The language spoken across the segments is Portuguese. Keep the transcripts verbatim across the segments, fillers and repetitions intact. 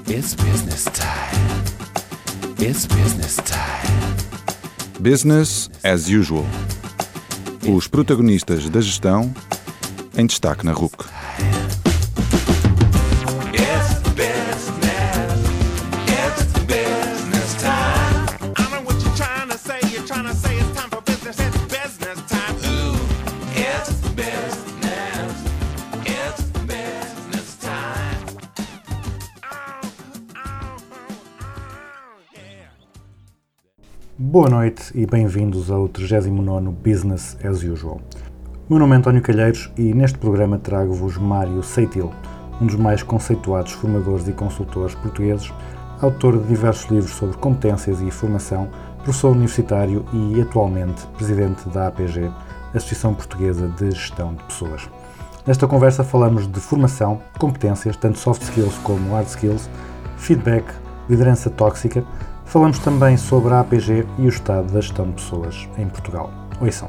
It's business time. It's business time. Business as usual. Os protagonistas da gestão em destaque na R U C. It's business. It's business time. I know what you're trying to say. You're trying to say it's time for business. It's business time. Ooh, it's business. It's business time. Oh, oh, oh, oh, yeah. Boa noite e bem-vindos ao trigésimo nono Business as Usual. O meu nome é António Calheiros e neste programa trago-vos Mário Seitil, um dos mais conceituados formadores e consultores portugueses, autor de diversos livros sobre competências e formação, professor universitário e atualmente presidente da A P G, Associação Portuguesa de Gestão de Pessoas. Nesta conversa falamos de formação, competências, tanto soft skills como hard skills, feedback, liderança tóxica. Falamos também sobre a A P G e o estado da gestão de pessoas em Portugal. Ouçam.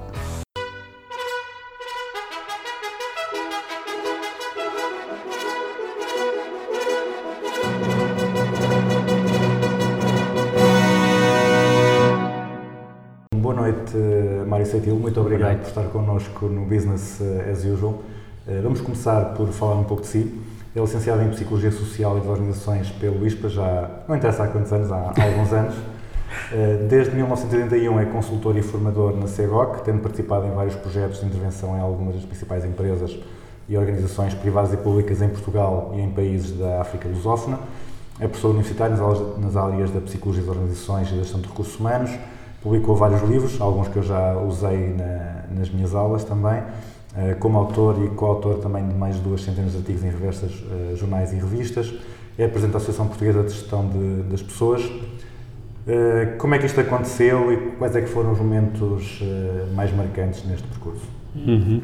Boa noite, Mário Seitil. Muito obrigado por estar connosco no Business as Usual. Vamos começar por falar um pouco de si. É licenciado em Psicologia Social e de Organizações pelo ISPA, já não interessa há quantos anos, há, há alguns anos. Desde mil novecentos e oitenta e um é consultor e formador na CEGOC, tendo participado em vários projetos de intervenção em algumas das principais empresas e organizações privadas e públicas em Portugal e em países da África lusófona. É professor universitário nas áreas da Psicologia das Organizações e da Gestão de Recursos Humanos. Publicou vários livros, alguns que eu já usei na, nas minhas aulas também, como autor e coautor também de mais de duas centenas de artigos em revistas, jornais e revistas. É presidente da Associação Portuguesa de Gestão de, das Pessoas. Como é que isto aconteceu e quais é que foram os momentos mais marcantes neste percurso? Uhum.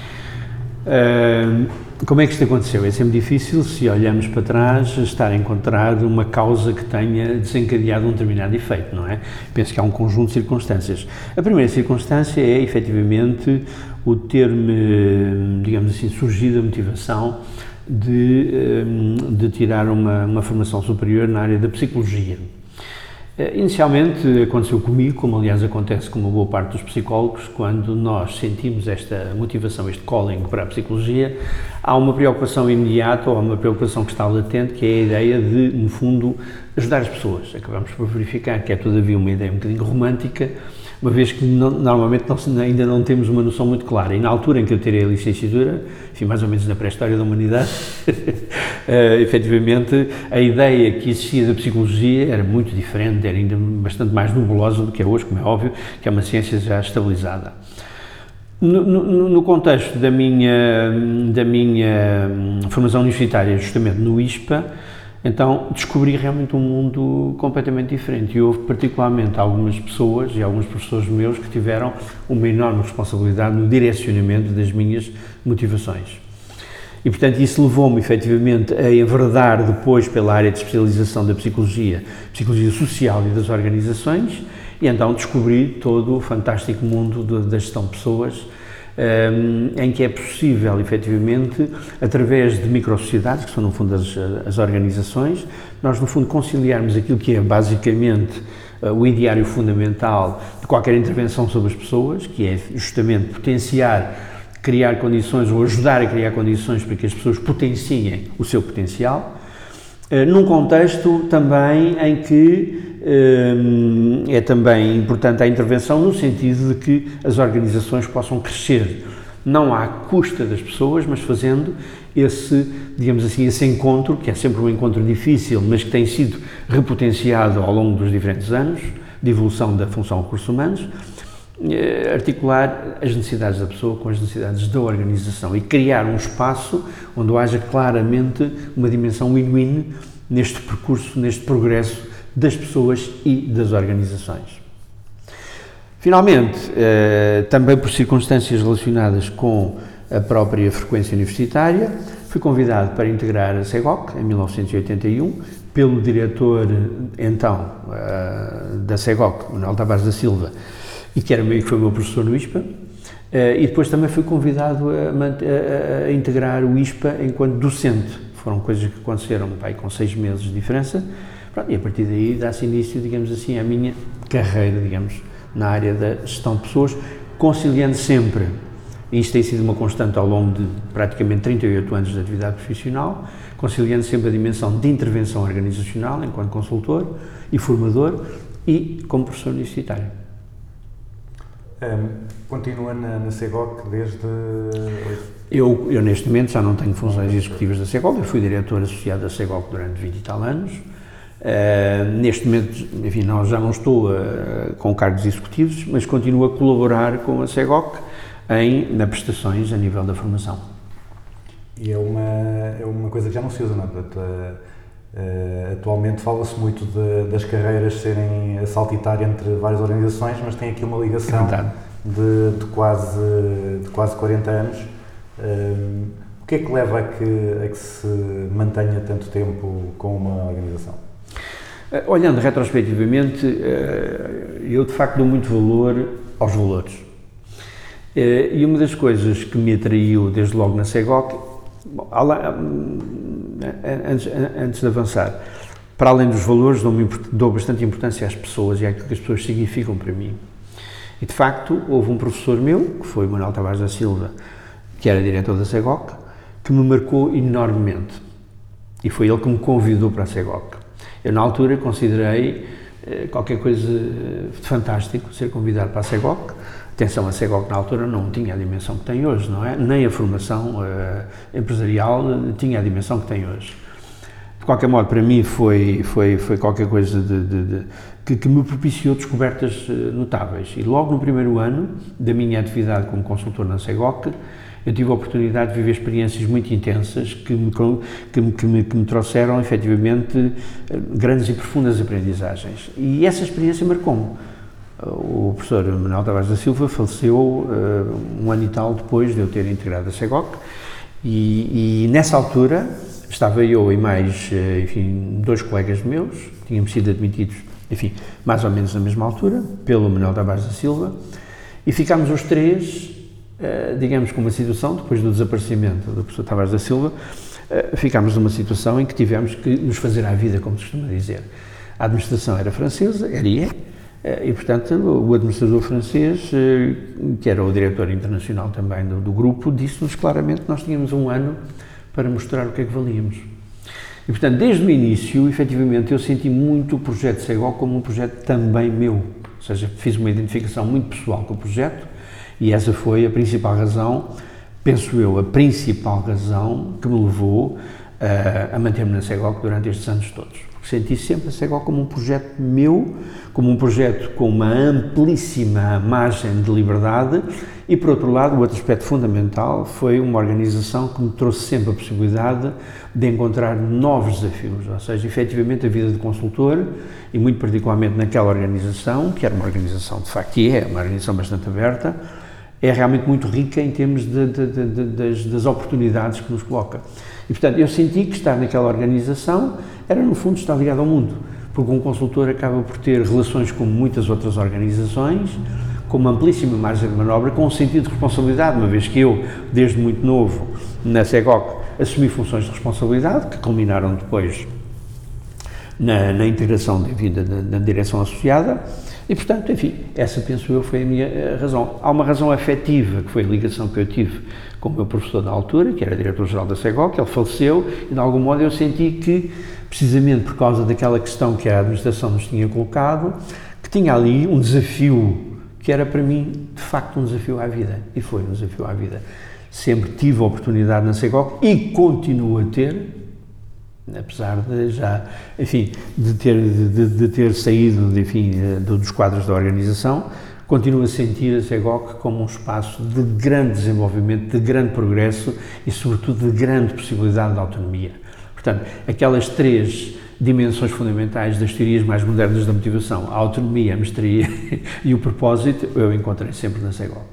Uh, como é que isto aconteceu? É sempre difícil, se olhamos para trás, estar a encontrar uma causa que tenha desencadeado um determinado efeito, não é? Penso que há um conjunto de circunstâncias. A primeira circunstância é, efetivamente, o ter-me, digamos assim, surgido a motivação de, de tirar uma, uma formação superior na área da psicologia. Inicialmente aconteceu comigo, como aliás acontece com uma boa parte dos psicólogos, quando nós sentimos esta motivação, este calling para a psicologia, há uma preocupação imediata ou há uma preocupação que está latente, que é a ideia de, no fundo, ajudar as pessoas. Acabamos por verificar que é todavia uma ideia um bocadinho romântica, uma vez que não, normalmente nós ainda não temos uma noção muito clara. E na altura em que eu tirei a licenciatura, enfim, mais ou menos na pré-história da humanidade, uh, efetivamente a ideia que existia da psicologia era muito diferente, era ainda bastante mais nebulosa do que é hoje, como é óbvio, que é uma ciência já estabilizada. No, no, no contexto da minha, da minha formação universitária, justamente no ISPA, então descobri realmente um mundo completamente diferente e houve particularmente algumas pessoas e alguns professores meus que tiveram uma enorme responsabilidade no direcionamento das minhas motivações. E, portanto, isso levou-me, efetivamente, a enverdar depois pela área de especialização da psicologia, psicologia social e das organizações, e então descobri todo o fantástico mundo da gestão de pessoas, Um, em que é possível, efetivamente, através de microsociedades, que são, no fundo, as, as organizações, nós, no fundo, conciliarmos aquilo que é, basicamente, uh, o ideário fundamental de qualquer intervenção sobre as pessoas, que é, justamente, potenciar, criar condições, ou ajudar a criar condições para que as pessoas potenciem o seu potencial, uh, num contexto também em que é também importante a intervenção no sentido de que as organizações possam crescer, não à custa das pessoas, mas fazendo esse, digamos assim, esse encontro, que é sempre um encontro difícil, mas que tem sido repotenciado ao longo dos diferentes anos de evolução da função de recursos humanos, articular as necessidades da pessoa com as necessidades da organização e criar um espaço onde haja claramente uma dimensão win-win neste percurso, neste progresso das pessoas e das organizações. Finalmente, eh, também por circunstâncias relacionadas com a própria frequência universitária, fui convidado para integrar a CEGOC em mil novecentos e oitenta e um pelo diretor, então, eh, da CEGOC, Manuel Tavares da Silva, e que era meio que foi o meu professor no ISPA, eh, e depois também fui convidado a, a, a integrar o ISPA enquanto docente foram coisas que aconteceram pai, com seis meses de diferença, pronto, e a partir daí dá-se início, digamos assim, à minha carreira, digamos, na área da gestão de pessoas, conciliando sempre, e isto tem sido uma constante ao longo de praticamente trinta e oito anos de atividade profissional, conciliando sempre a dimensão de intervenção organizacional enquanto consultor e formador e como professor universitário. Um, continua na, na CEGOC desde... Eu, eu, neste momento, já não tenho funções executivas da CEGOC, eu fui diretor associado da CEGOC durante vinte e tal anos. Uh, neste momento, enfim, não, já não estou uh, com cargos executivos, mas continuo a colaborar com a CEGOC em, na prestações a nível da formação. E é uma, é uma coisa que já não se usa, não é? Portanto, uh, uh, atualmente fala-se muito de, das carreiras serem a saltitar entre várias organizações, mas tem aqui uma ligação é de, de, quase, de quase quarenta anos. Uh, o que é que leva a que, a que se mantenha tanto tempo com uma organização? Olhando retrospectivamente, eu de facto dou muito valor aos valores. E uma das coisas que me atraiu desde logo na CEGOC, antes, antes de avançar, para além dos valores, dou, dou bastante importância às pessoas e àquilo que as pessoas significam para mim. E de facto, houve um professor meu, que foi o Manuel Tavares da Silva, que era diretor da CEGOC, que me marcou enormemente. E foi ele que me convidou para a CEGOC. Eu, na altura, considerei eh, qualquer coisa de fantástico ser convidado para a CEGOC. Atenção, a CEGOC, na altura, não tinha a dimensão que tem hoje, não é? Nem a formação eh, empresarial tinha a dimensão que tem hoje. De qualquer modo, para mim, foi, foi, foi qualquer coisa de, de, de, que, que me propiciou descobertas eh, notáveis. E logo no primeiro ano da minha atividade como consultor na CEGOC, eu tive a oportunidade de viver experiências muito intensas que me, que me, que me, que me trouxeram, efetivamente, grandes e profundas aprendizagens. E essa experiência marcou-me. O professor Manuel Tavares da Silva faleceu uh, um ano e tal depois de eu ter integrado a CEGOC e, e nessa altura estava eu e mais, enfim, dois colegas meus, tínhamos sido admitidos, enfim, mais ou menos na mesma altura, pelo Manuel Tavares da Silva, e ficámos os três, Uh, digamos, com uma situação, depois do desaparecimento do professor Tavares da Silva, uh, ficámos numa situação em que tivemos que nos fazer à vida, como se costuma dizer. A administração era francesa, era e é, uh, e portanto o administrador francês, uh, que era o diretor internacional também do, do grupo, disse-nos claramente que nós tínhamos um ano para mostrar o que é que valíamos. E portanto, desde o início, efetivamente, eu senti muito o projeto CEGOC como um projeto também meu, ou seja, fiz uma identificação muito pessoal com o projeto. E essa foi a principal razão, penso eu, a principal razão que me levou uh, a manter-me na CEGOC durante estes anos todos. Porque senti sempre a CEGOC como um projeto meu, como um projeto com uma amplíssima margem de liberdade e, por outro lado, o outro aspecto fundamental foi uma organização que me trouxe sempre a possibilidade de encontrar novos desafios, ou seja, efetivamente a vida de consultor e muito particularmente naquela organização, que era uma organização, de facto, e é uma organização bastante aberta, é realmente muito rica em termos de, de, de, de, das, das oportunidades que nos coloca. E, portanto, eu senti que estar naquela organização era, no fundo, estar ligado ao mundo, porque um consultor acaba por ter relações com muitas outras organizações, com uma amplíssima margem de manobra, com um sentido de responsabilidade, uma vez que eu, desde muito novo, na CEGOC, assumi funções de responsabilidade, que culminaram depois na, na integração devida na, na direção associada, e, portanto, enfim, essa, penso eu, foi a minha razão. Há uma razão afetiva, que foi a ligação que eu tive com o meu professor na altura, que era diretor-geral da CEGOC, ele faleceu, e, de algum modo, eu senti que, precisamente por causa daquela questão que a administração nos tinha colocado, que tinha ali um desafio, que era, para mim, de facto, um desafio à vida, e foi um desafio à vida. Sempre tive a oportunidade na CEGOC, e continuo a ter, apesar de já, enfim, de ter, de, de ter saído, de, enfim, dos quadros da organização, continuo a sentir a CEGOC como um espaço de grande desenvolvimento, de grande progresso e, sobretudo, de grande possibilidade de autonomia. Portanto, aquelas três dimensões fundamentais das teorias mais modernas da motivação, a autonomia, a mestria e o propósito, eu encontrei sempre na CEGOC.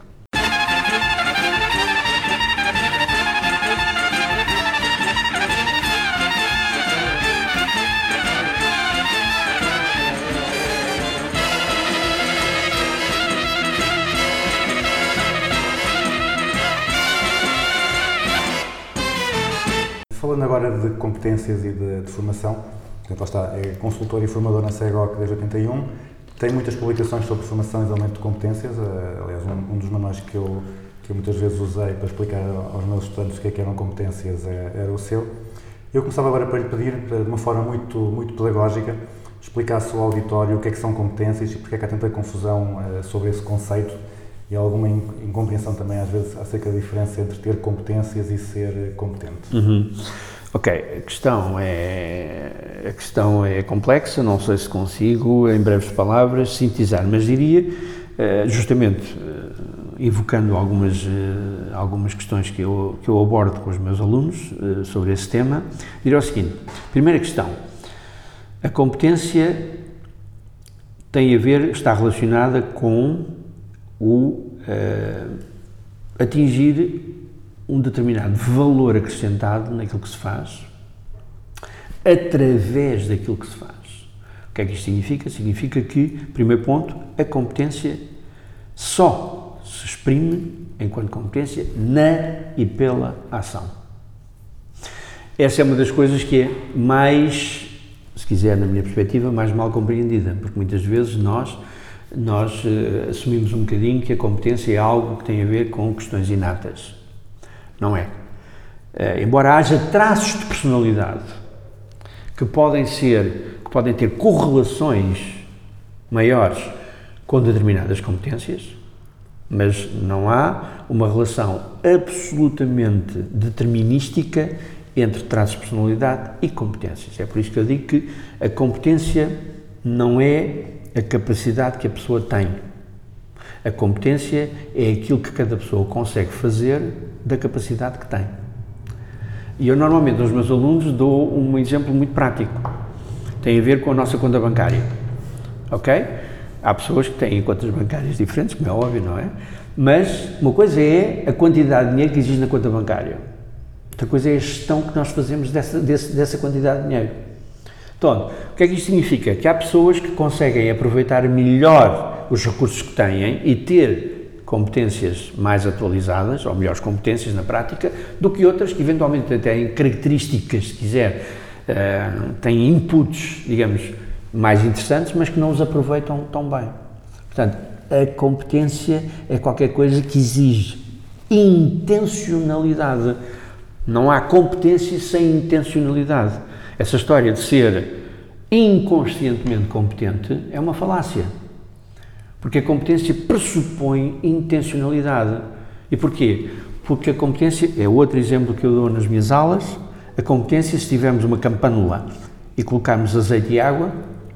Falando agora área de competências e de, de formação. Portanto, lá está, é consultor e formador na SEGOC desde oitenta e um, tem muitas publicações sobre formação e desenvolvimento de competências, aliás, um, um dos manuais que eu, que eu muitas vezes usei para explicar aos meus estudantes o que é que eram competências era o seu. Eu começava agora para lhe pedir, de uma forma muito, muito pedagógica, explicasse ao auditório o que é que são competências e porque é que há tanta confusão uh, sobre esse conceito e alguma incompreensão também, às vezes, acerca da diferença entre ter competências e ser competente. Uhum. Ok, a questão, é, a questão é complexa, não sei se consigo, em breves palavras, sintetizar, mas diria, uh, justamente, uh, evocando algumas, uh, algumas questões que eu, que eu abordo com os meus alunos uh, sobre esse tema, diria o seguinte: primeira questão, a competência tem a ver, está relacionada com o uh, atingir um determinado valor acrescentado naquilo que se faz, através daquilo que se faz. O que é que isto significa? Significa que, primeiro ponto, a competência só se exprime enquanto competência na e pela ação. Essa é uma das coisas que é mais, se quiser, na minha perspectiva, mais mal compreendida, porque muitas vezes nós, nós uh, assumimos um bocadinho que a competência é algo que tem a ver com questões inatas. Não é. Uh, embora haja traços de personalidade que podem ser, que podem ter correlações maiores com determinadas competências, mas não há uma relação absolutamente determinística entre traços de personalidade e competências. É por isso que eu digo que a competência não é a capacidade que a pessoa tem. A competência é aquilo que cada pessoa consegue fazer da capacidade que tem. E eu normalmente aos meus alunos dou um exemplo muito prático. Tem a ver com a nossa conta bancária. Ok? Há pessoas que têm contas bancárias diferentes, como é óbvio, não é? Mas uma coisa é a quantidade de dinheiro que existe na conta bancária. Outra coisa é a gestão que nós fazemos dessa, desse, dessa quantidade de dinheiro. Então, o que é que isto significa? Que há pessoas que conseguem aproveitar melhor os recursos que têm e ter competências mais atualizadas, ou melhores competências na prática, do que outras que eventualmente têm características, se quiser, uh, têm inputs, digamos, mais interessantes, mas que não os aproveitam tão bem. Portanto, a competência é qualquer coisa que exige intencionalidade. Não há competência sem intencionalidade. Essa história de ser inconscientemente competente é uma falácia. Porque a competência pressupõe intencionalidade. E porquê? Porque a competência, é outro exemplo que eu dou nas minhas aulas, a competência, se tivermos uma campanula e colocarmos azeite e água,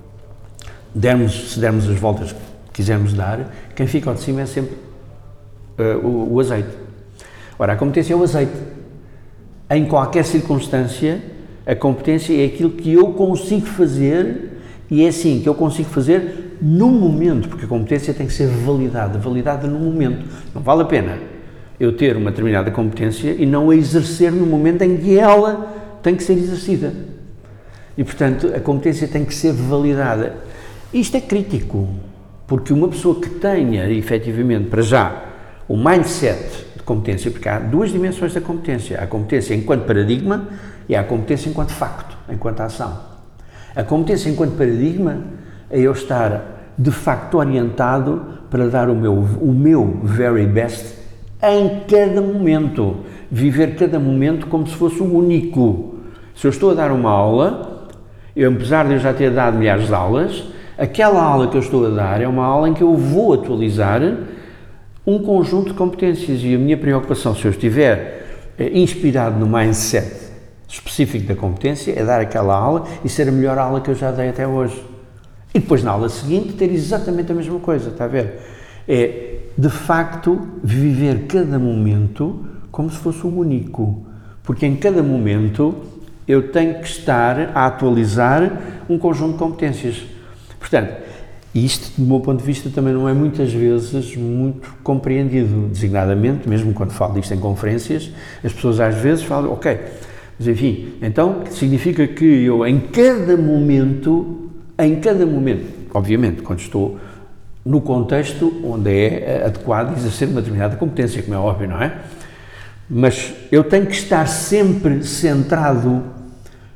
dermos, se dermos as voltas que quisermos dar, quem fica ao de cima é sempre uh, o, o azeite. Ora, a competência é o azeite. Em qualquer circunstância, a competência é aquilo que eu consigo fazer e é assim que eu consigo fazer no momento, porque a competência tem que ser validada, validada no momento. Não vale a pena eu ter uma determinada competência e não a exercer no momento em que ela tem que ser exercida. E, portanto, a competência tem que ser validada. Isto é crítico, porque uma pessoa que tenha, efetivamente, para já, o mindset de competência, porque há duas dimensões da competência. Há a competência enquanto paradigma e há a competência enquanto facto, enquanto ação. A competência enquanto paradigma é eu estar, de facto, orientado para dar o meu, o meu very best em cada momento. Viver cada momento como se fosse o único. Se eu estou a dar uma aula, eu, apesar de eu já ter dado milhares de aulas, aquela aula que eu estou a dar é uma aula em que eu vou atualizar um conjunto de competências e a minha preocupação, se eu estiver eh, inspirado no mindset específico da competência, é dar aquela aula e ser a melhor aula que eu já dei até hoje. E depois, na aula seguinte, ter exatamente a mesma coisa, está a ver? É, de facto, viver cada momento como se fosse o único, porque em cada momento eu tenho que estar a atualizar um conjunto de competências. Portanto, isto, do meu ponto de vista, também não é muitas vezes muito compreendido, designadamente, mesmo quando falo disto em conferências, as pessoas às vezes falam, ok, mas enfim, então significa que eu em cada momento, em cada momento, obviamente, quando estou no contexto onde é adequado exercer uma determinada competência, como é óbvio, não é? Mas eu tenho que estar sempre centrado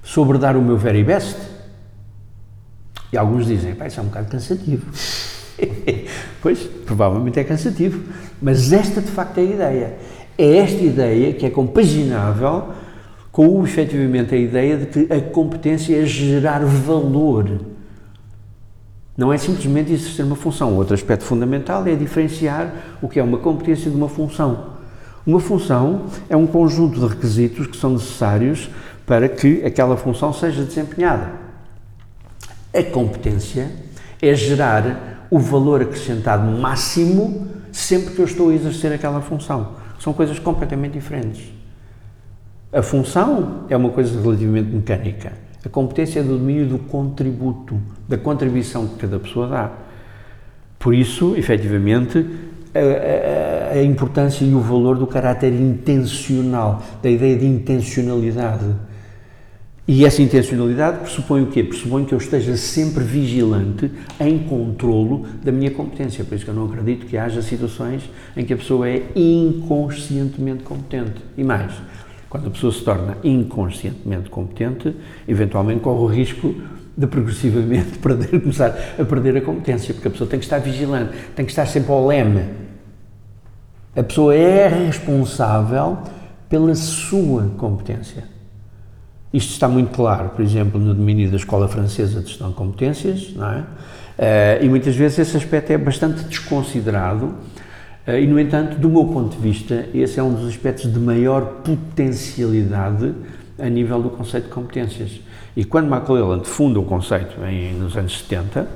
sobre dar o meu very best. E alguns dizem, pá, isso é um bocado cansativo. Pois, provavelmente é cansativo, mas esta de facto é a ideia. É esta ideia que é compaginável com, efetivamente, a ideia de que a competência é gerar valor. Não é simplesmente exercer uma função. Outro aspecto fundamental é diferenciar o que é uma competência de uma função. Uma função é um conjunto de requisitos que são necessários para que aquela função seja desempenhada. A competência é gerar o valor acrescentado máximo sempre que eu estou a exercer aquela função. São coisas completamente diferentes. A função é uma coisa relativamente mecânica. A competência é do domínio do contributo, da contribuição que cada pessoa dá. Por isso, efetivamente, a, a, a importância e o valor do caráter intencional, da ideia de intencionalidade. E essa intencionalidade pressupõe o quê? Pressupõe que eu esteja sempre vigilante em controlo da minha competência. Por isso que eu não acredito que haja situações em que a pessoa é inconscientemente competente. E mais, quando a pessoa se torna inconscientemente competente, eventualmente corre o risco de progressivamente perder, começar a perder a competência, porque a pessoa tem que estar vigilante, tem que estar sempre ao leme. A pessoa é responsável pela sua competência. Isto está muito claro, por exemplo, no domínio da Escola Francesa de Gestão de Competências, não é? Uh, e muitas vezes esse aspecto é bastante desconsiderado uh, e, no entanto, do meu ponto de vista, esse é um dos aspectos de maior potencialidade a nível do conceito de competências. E quando McClelland funda o conceito em, nos anos setenta,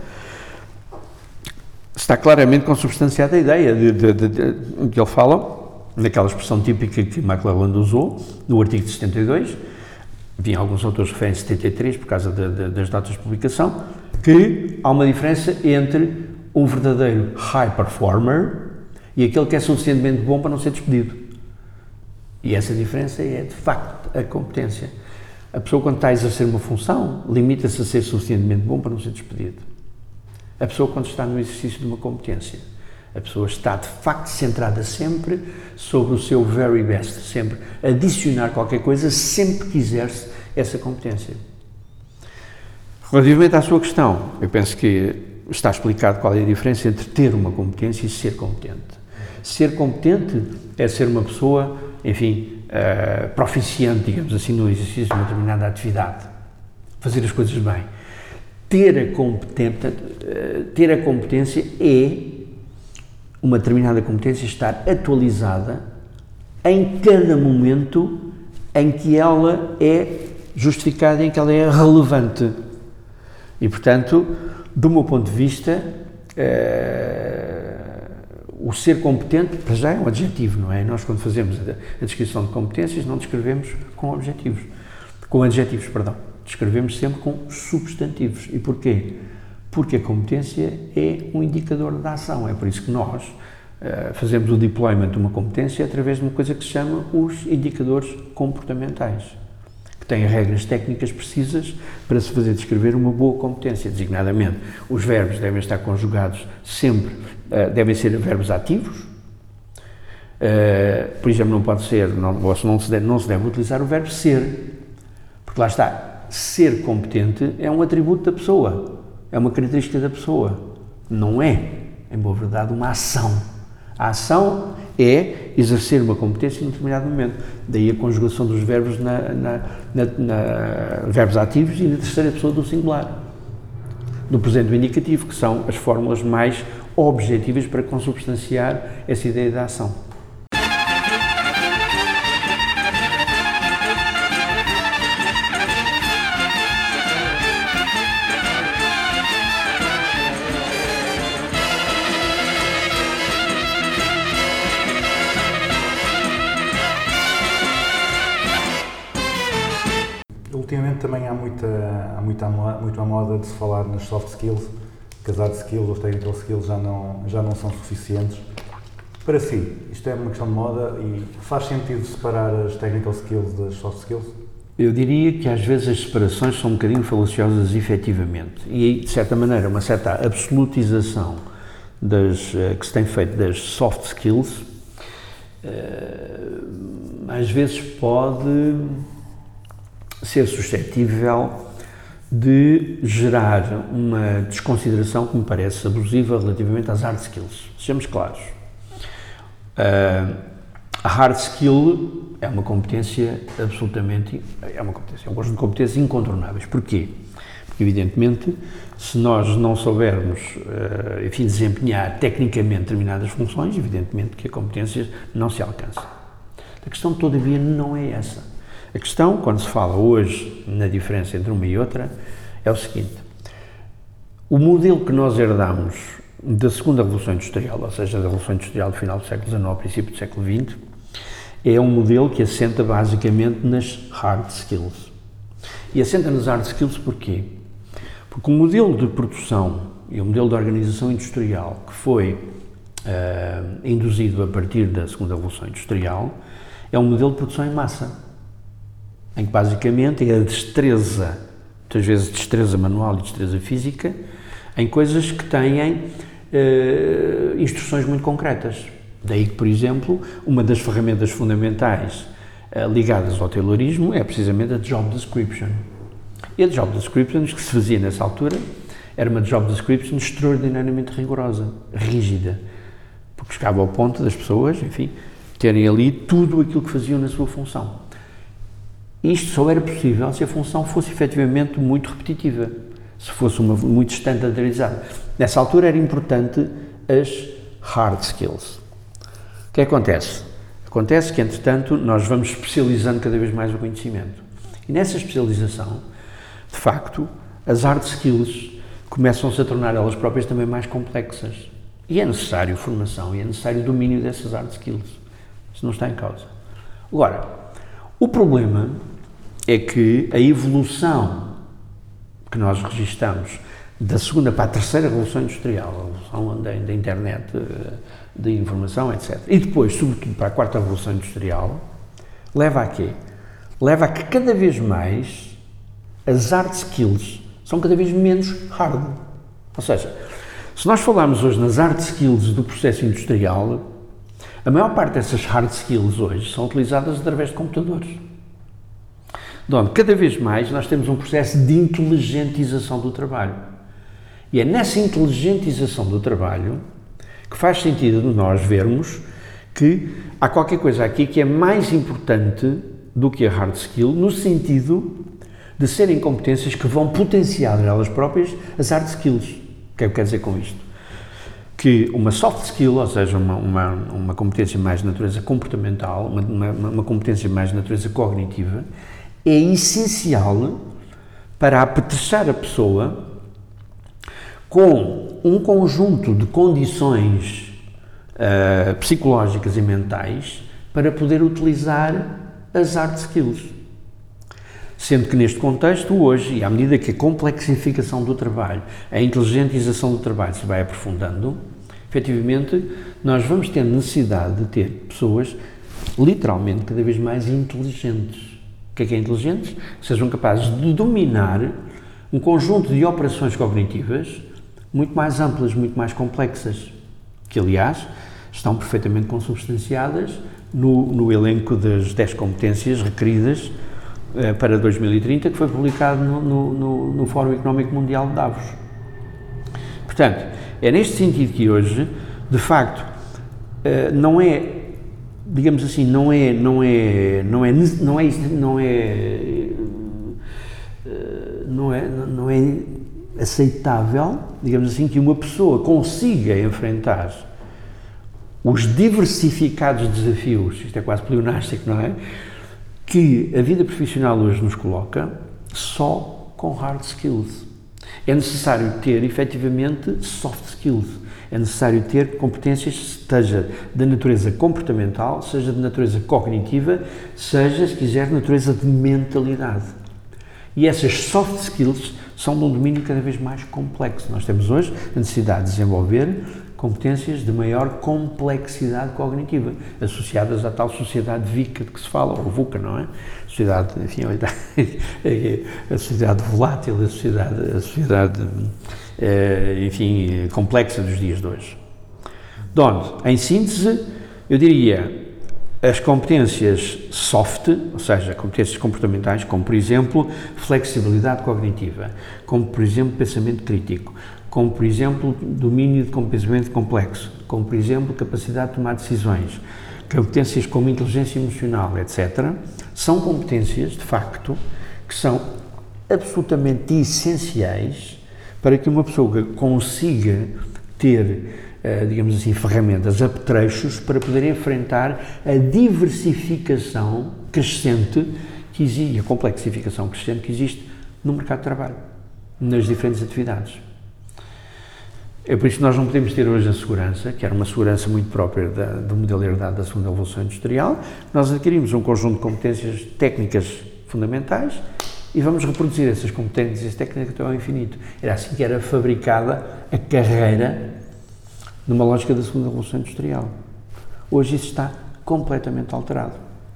está claramente consubstanciada a ideia de, de, de, de que ele fala, naquela expressão típica que McClelland usou, no artigo de setenta e dois, havia alguns autores referem setenta e três por causa de, de, das datas de publicação, que há uma diferença entre um verdadeiro high performer e aquele que é suficientemente bom para não ser despedido. E essa diferença é, de facto, a competência. A pessoa, quando está a exercer uma função, limita-se a ser suficientemente bom para não ser despedido. A pessoa, quando está no exercício de uma competência, a pessoa está, de facto, centrada sempre sobre o seu very best, sempre adicionar qualquer coisa, sempre que exerce essa competência. Relativamente à sua questão, eu penso que está explicado qual é a diferença entre ter uma competência e ser competente. Ser competente é ser uma pessoa, enfim, uh, proficiente, digamos assim, no exercício de uma determinada atividade. Fazer as coisas bem. Ter a competência, uh, ter a competência é uma determinada competência estar atualizada em cada momento em que ela é justificada, em que ela é relevante. E, portanto, do meu ponto de vista, eh, o ser competente, para já é um adjetivo, não é? Nós, quando fazemos a, a descrição de competências, não descrevemos com objetivos, com adjetivos, perdão. Descrevemos sempre com substantivos. E porquê? Porque a competência é um indicador da ação. É por isso que nós uh, fazemos o deployment de uma competência através de uma coisa que se chama os indicadores comportamentais, que têm regras técnicas precisas para se fazer descrever uma boa competência. Designadamente, os verbos devem estar conjugados sempre, uh, devem ser verbos ativos. Uh, por exemplo, não pode ser, não, não, se deve, não se deve utilizar o verbo ser, porque lá está, ser competente é um atributo da pessoa. É uma característica da pessoa, não é, em boa verdade, uma ação. A ação é exercer uma competência em um determinado momento. Daí a conjugação dos verbos, na, na, na, na, verbos ativos e na terceira pessoa do singular. Do presente do indicativo, que são as fórmulas mais objetivas para consubstanciar essa ideia da ação. Ultimamente também há muita, há muita, muita moda de se falar nas soft skills, que as hard skills ou as technical skills já não, já não são suficientes. Para si, isto é uma questão de moda e faz sentido separar as technical skills das soft skills? Eu diria que às vezes as separações são um bocadinho falaciosas efetivamente e, de certa maneira, uma certa absolutização das, que se tem feito das soft skills, às vezes pode ser suscetível de gerar uma desconsideração que me parece abusiva relativamente às hard skills. Sejamos claros. Uh, a hard skill é uma competência absolutamente, é uma competência, é um conjunto de competências incontornáveis. Porquê? Porque, evidentemente, se nós não soubermos, uh, enfim, desempenhar tecnicamente determinadas funções, evidentemente que a competência não se alcança. A questão, todavia, não é essa. A questão, quando se fala hoje na diferença entre uma e outra, é o seguinte: o modelo que nós herdamos da segunda Revolução Industrial, ou seja, da Revolução Industrial do final do século dezenove, princípio do século vinte, é um modelo que assenta basicamente nas hard skills. E assenta nas hard skills porquê? Porque o modelo de produção e o modelo de organização industrial que foi uh, induzido a partir da segunda Revolução Industrial é um modelo de produção em massa, em que basicamente é a destreza, muitas vezes destreza manual e destreza física, em coisas que têm uh, instruções muito concretas. Daí que, por exemplo, uma das ferramentas fundamentais uh, ligadas ao taylorismo é precisamente a job description. E a job description que se fazia nessa altura era uma job description extraordinariamente rigorosa, rígida, porque chegava ao ponto das pessoas, enfim, terem ali tudo aquilo que faziam na sua função. Isto só era possível se a função fosse efetivamente muito repetitiva, se fosse uma, muito standardizada. Nessa altura era importante as hard skills. O que acontece? Acontece que, entretanto, nós vamos especializando cada vez mais o conhecimento. E nessa especialização, de facto, as hard skills começam-se a tornar elas próprias também mais complexas. E é necessário formação, e é necessário domínio dessas hard skills. Isso não está em causa. Agora, o problema é que a evolução que nós registamos da segunda para a terceira Revolução Industrial, a Revolução da, da internet, da informação, etcétera, e depois, sobretudo, para a quarta Revolução Industrial, leva a quê? Leva a que cada vez mais as hard skills são cada vez menos hard. Ou seja, se nós falarmos hoje nas hard skills do processo industrial, a maior parte dessas hard skills hoje são utilizadas através de computadores. De onde, cada vez mais, nós temos um processo de inteligentização do trabalho. E é nessa inteligentização do trabalho que faz sentido nós vermos que há qualquer coisa aqui que é mais importante do que a hard skill, no sentido de serem competências que vão potenciar elas próprias as hard skills. O que é que quer dizer com isto? Que uma soft skill, ou seja, uma, uma, uma competência mais de natureza comportamental, uma, uma, uma competência mais de natureza cognitiva, é essencial para apetrechar a pessoa com um conjunto de condições uh, psicológicas e mentais para poder utilizar as hard skills. Sendo que neste contexto, hoje, e à medida que a complexificação do trabalho, a inteligentização do trabalho se vai aprofundando, efetivamente, nós vamos ter necessidade de ter pessoas literalmente cada vez mais inteligentes. O que é que é inteligentes? Que sejam capazes de dominar um conjunto de operações cognitivas muito mais amplas, muito mais complexas, que, aliás, estão perfeitamente consubstanciadas no, no elenco das dez competências requeridas eh, para dois mil e trinta, que foi publicado no, no, no, no Fórum Económico Mundial de Davos. Portanto, é neste sentido que hoje, de facto, eh, não é, digamos assim, não é, não é, não é, não é, não é, não é, não é aceitável, digamos assim, que uma pessoa consiga enfrentar os diversificados desafios, isto é quase pleonástico, não é? Que a vida profissional hoje nos coloca só com hard skills. É necessário ter, efetivamente, soft skills. É necessário ter competências, seja de natureza comportamental, seja de natureza cognitiva, seja, se quiser, de natureza de mentalidade. E essas soft skills são de um domínio cada vez mais complexo. Nós temos hoje a necessidade de desenvolver competências de maior complexidade cognitiva, associadas à tal sociedade VICA de que se fala, ou VUCA, não é? Sociedade, enfim, a sociedade volátil, a sociedade, a sociedade enfim, complexa dos dias de hoje. De onde, em síntese, eu diria, As competências soft, ou seja, competências comportamentais, como por exemplo flexibilidade cognitiva, como por exemplo pensamento crítico, como por exemplo domínio de pensamento complexo, como por exemplo capacidade de tomar decisões, competências como inteligência emocional, etcétera, são competências, de facto, que são absolutamente essenciais para que uma pessoa consiga ter, digamos assim, ferramentas, apetrechos para poder enfrentar a diversificação crescente que existe, a complexificação crescente que existe no mercado de trabalho, nas diferentes atividades. É por isso que nós não podemos ter hoje a segurança, que era uma segurança muito própria da, do modelo herdado da segunda Revolução Industrial. Nós adquirimos um conjunto de competências técnicas fundamentais e vamos reproduzir essas competências técnicas até ao infinito. Era assim que era fabricada a carreira numa lógica da segunda Revolução Industrial. Hoje isso está completamente alterado.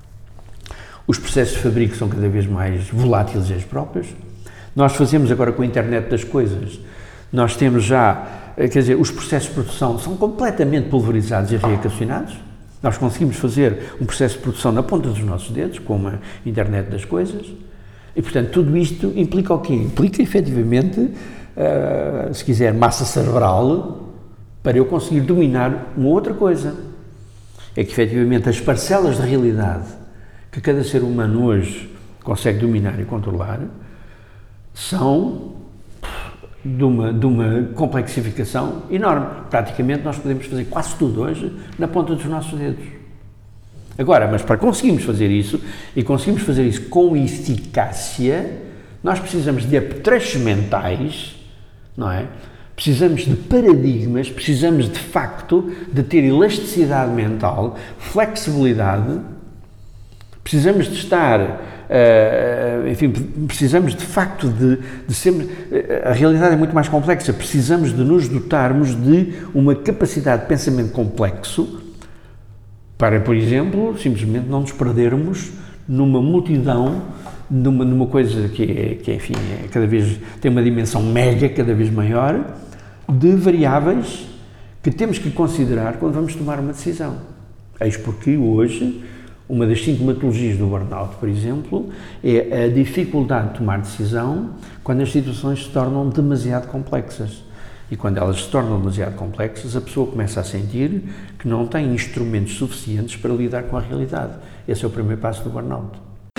Os processos de fabrico são cada vez mais voláteis eles próprios. Nós fazemos agora com a internet das coisas, nós temos já, quer dizer, os processos de produção são completamente pulverizados e reequacionados. Nós conseguimos fazer um processo de produção na ponta dos nossos dedos, com a internet das coisas, e portanto tudo isto implica o quê? Implica efetivamente, uh, se quiser, massa cerebral, para eu conseguir dominar uma outra coisa. É que efetivamente as parcelas de realidade que cada ser humano hoje consegue dominar e controlar são de uma, de uma complexificação enorme. Praticamente nós podemos fazer quase tudo hoje na ponta dos nossos dedos. Agora, mas para conseguirmos fazer isso, e conseguirmos fazer isso com eficácia, nós precisamos de apetrechos mentais, não é? Precisamos de paradigmas, precisamos de facto de ter elasticidade mental, flexibilidade, precisamos de estar, uh, enfim, precisamos de facto de, de ser, a realidade é muito mais complexa, precisamos de nos dotarmos de uma capacidade de pensamento complexo para, por exemplo, simplesmente não nos perdermos numa multidão, numa, numa coisa que, é, que enfim, é cada vez, tem uma dimensão mega, cada vez maior, de variáveis que temos que considerar quando vamos tomar uma decisão. Eis porque hoje, uma das sintomatologias do burnout, por exemplo, é a dificuldade de tomar decisão quando as situações se tornam demasiado complexas. E quando elas se tornam demasiado complexas, a pessoa começa a sentir que não tem instrumentos suficientes para lidar com a realidade. Esse é o primeiro passo do burnout.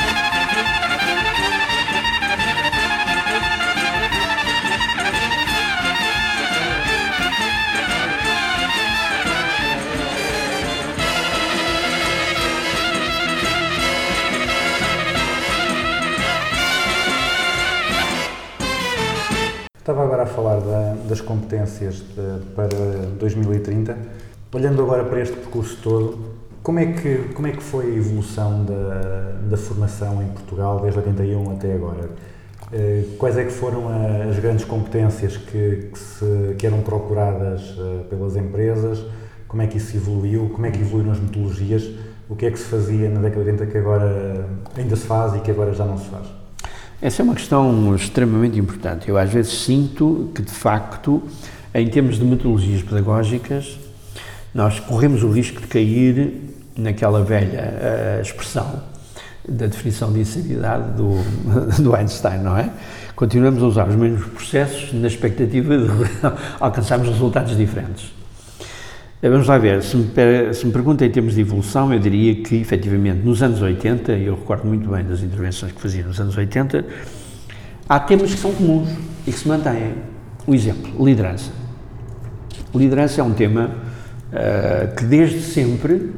Estava agora a falar da, das competências de, para dois mil e trinta. Olhando agora para este percurso todo, como é que, como é que foi a evolução da, da formação em Portugal desde oitenta e um até agora? Quais é que foram as grandes competências que, que, se, que eram procuradas pelas empresas? Como é que isso evoluiu? Como é que evoluiu nas metodologias? O que é que se fazia na década de oitenta que agora ainda se faz e que agora já não se faz? Essa é uma questão extremamente importante. Eu às vezes sinto que, de facto, em termos de metodologias pedagógicas, nós corremos o risco de cair naquela velha uh, expressão da definição de insanidade do, do Einstein, não é? Continuamos a usar os mesmos processos na expectativa de alcançarmos resultados diferentes. Vamos lá ver, se me, se me pergunta em termos de evolução, eu diria que, efetivamente, nos anos oitenta, e eu recordo muito bem das intervenções que fazia nos anos oitenta, há temas que são comuns e que se mantêm. Um exemplo, liderança. Liderança é um tema uh, que desde sempre, uh,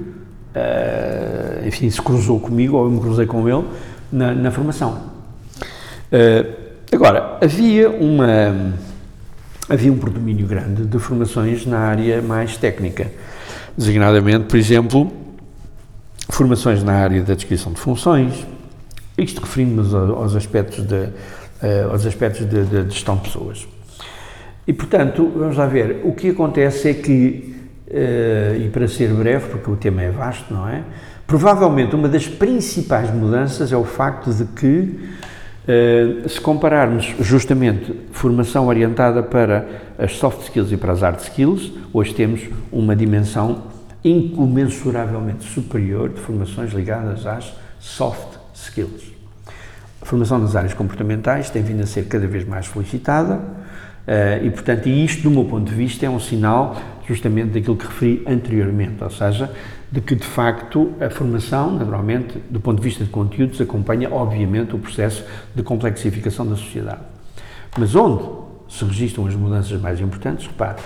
enfim, se cruzou comigo, ou eu me cruzei com ele, na, na formação. Uh, agora, havia uma... Havia um predomínio grande de formações na área mais técnica, designadamente, por exemplo, formações na área da descrição de funções, isto referindo-nos aos aspectos de, aos aspectos de, de gestão de pessoas. E, portanto, vamos lá ver, o que acontece é que, e para ser breve, porque o tema é vasto, não é? Provavelmente uma das principais mudanças é o facto de que, Uh, se compararmos justamente formação orientada para as soft skills e para as hard skills, hoje temos uma dimensão incomensuravelmente superior de formações ligadas às soft skills. A formação nas áreas comportamentais tem vindo a ser cada vez mais solicitada uh, e, portanto, e isto, do meu ponto de vista, é um sinal justamente daquilo que referi anteriormente, ou seja, de que, de facto, a formação, naturalmente, do ponto de vista de conteúdos, acompanha, obviamente, o processo de complexificação da sociedade. Mas onde se registram as mudanças mais importantes, repare,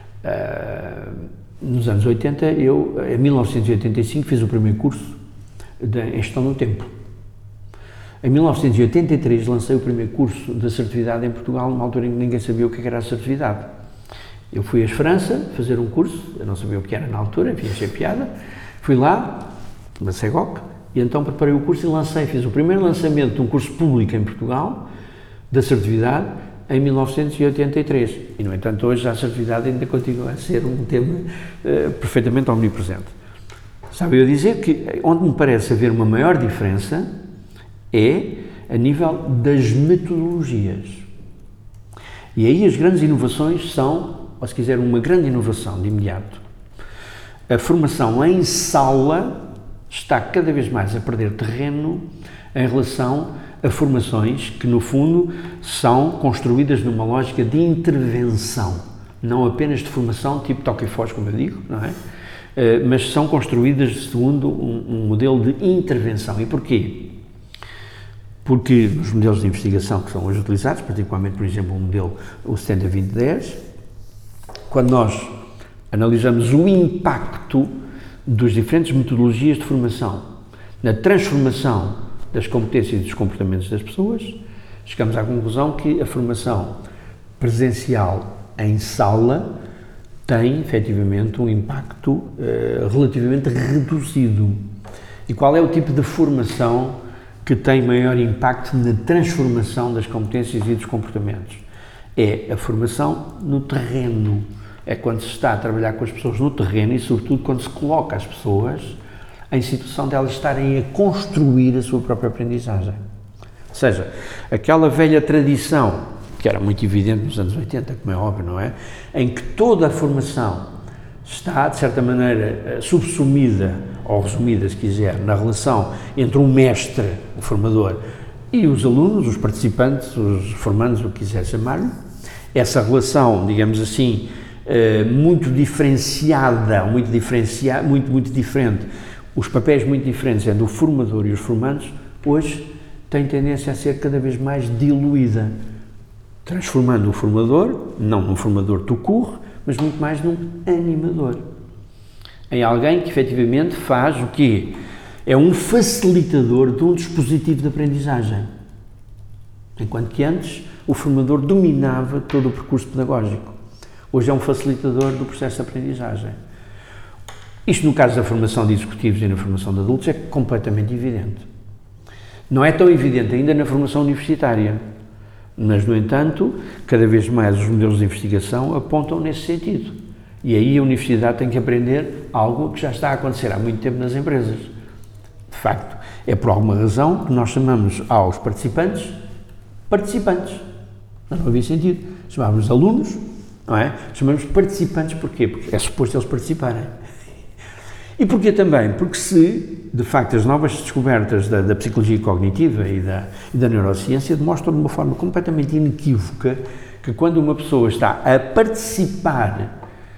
uh, nos anos oitenta, eu, em mil novecentos e oitenta e cinco, fiz o primeiro curso de, em gestão do tempo. Em mil novecentos e oitenta e três, lancei o primeiro curso de assertividade em Portugal, numa altura em que ninguém sabia o que era assertividade. Eu fui a França fazer um curso, eu não sabia o que era na altura, enfim, achei piada. Fui lá, na C E G O C, e então preparei o curso e lancei, fiz o primeiro lançamento de um curso público em Portugal, de assertividade, em mil novecentos e oitenta e três. E, no entanto, hoje a assertividade ainda continua a ser um tema uh, perfeitamente omnipresente. Sabe eu dizer que onde me parece haver uma maior diferença é a nível das metodologias. E aí as grandes inovações são, ou se quiser, uma grande inovação de imediato. A formação em sala está cada vez mais a perder terreno em relação a formações que, no fundo, são construídas numa lógica de intervenção, não apenas de formação tipo toque e foz, como eu digo, não é? Uh, mas são construídas segundo um, um modelo de intervenção. E porquê? Porque nos modelos de investigação que são hoje utilizados, particularmente, por exemplo, o modelo, o setenta vinte dez, quando nós analisamos o impacto das diferentes metodologias de formação na transformação das competências e dos comportamentos das pessoas, chegamos à conclusão que a formação presencial em sala tem, efetivamente, um impacto uh, relativamente reduzido. E qual é o tipo de formação que tem maior impacto na transformação das competências e dos comportamentos? É a formação no terreno. É quando se está a trabalhar com as pessoas no terreno e, sobretudo, quando se coloca as pessoas em situação de elas estarem a construir a sua própria aprendizagem. Ou seja, aquela velha tradição, que era muito evidente nos anos oitenta, como é óbvio, não é? Em que toda a formação está, de certa maneira, subsumida, ou resumida, se quiser, na relação entre o mestre, o formador, e os alunos, os participantes, os formandos, o que quiser chamar-lhe. Essa relação, digamos assim, muito diferenciada, muito, diferenciada, muito, muito diferente, os papéis muito diferentes entre o formador e os formandos, hoje tem tendência a ser cada vez mais diluída, transformando o formador, não num formador tout court, mas muito mais num animador, em alguém que efetivamente faz o quê? É um facilitador de um dispositivo de aprendizagem, enquanto que antes o formador dominava todo o percurso pedagógico. Hoje é um facilitador do processo de aprendizagem. Isto, no caso da formação de executivos e na formação de adultos, é completamente evidente. Não é tão evidente ainda na formação universitária, mas, no entanto, cada vez mais os modelos de investigação apontam nesse sentido. E aí a universidade tem que aprender algo que já está a acontecer há muito tempo nas empresas. De facto, é por alguma razão que nós chamamos aos participantes participantes. Não havia sentido. Chamávamos alunos, não é? Chamamos participantes porquê? Porque é suposto eles participarem. E porquê também? Porque se, de facto, as novas descobertas da, da psicologia cognitiva e da, e da neurociência demonstram de uma forma completamente inequívoca que quando uma pessoa está a participar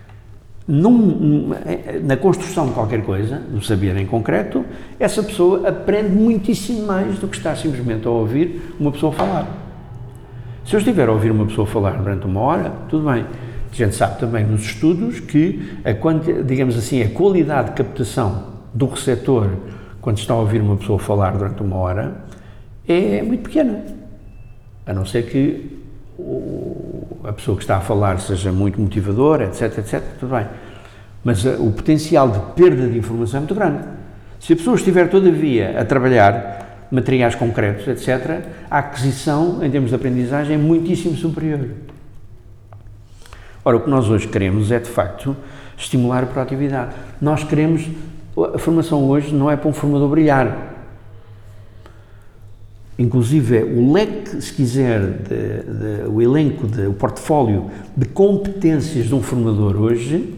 num, na construção de qualquer coisa, no saber em concreto, essa pessoa aprende muitíssimo mais do que está simplesmente a ouvir uma pessoa falar. Se eu estiver a ouvir uma pessoa falar durante uma hora, tudo bem. A gente sabe também nos estudos que, a quanti, digamos assim, a qualidade de captação do receptor quando está a ouvir uma pessoa falar durante uma hora é muito pequena. A não ser que o, a pessoa que está a falar seja muito motivadora, etc, etc, tudo bem. Mas a, o potencial de perda de informação é muito grande. Se a pessoa estiver, todavia, a trabalhar materiais concretos, etcétera, a aquisição, em termos de aprendizagem, é muitíssimo superior. Ora, o que nós hoje queremos é, de facto, estimular a proatividade. Nós queremos, a formação hoje não é para um formador brilhar. Inclusive, o leque, se quiser, de, de, o elenco, de, o portfólio de competências de um formador hoje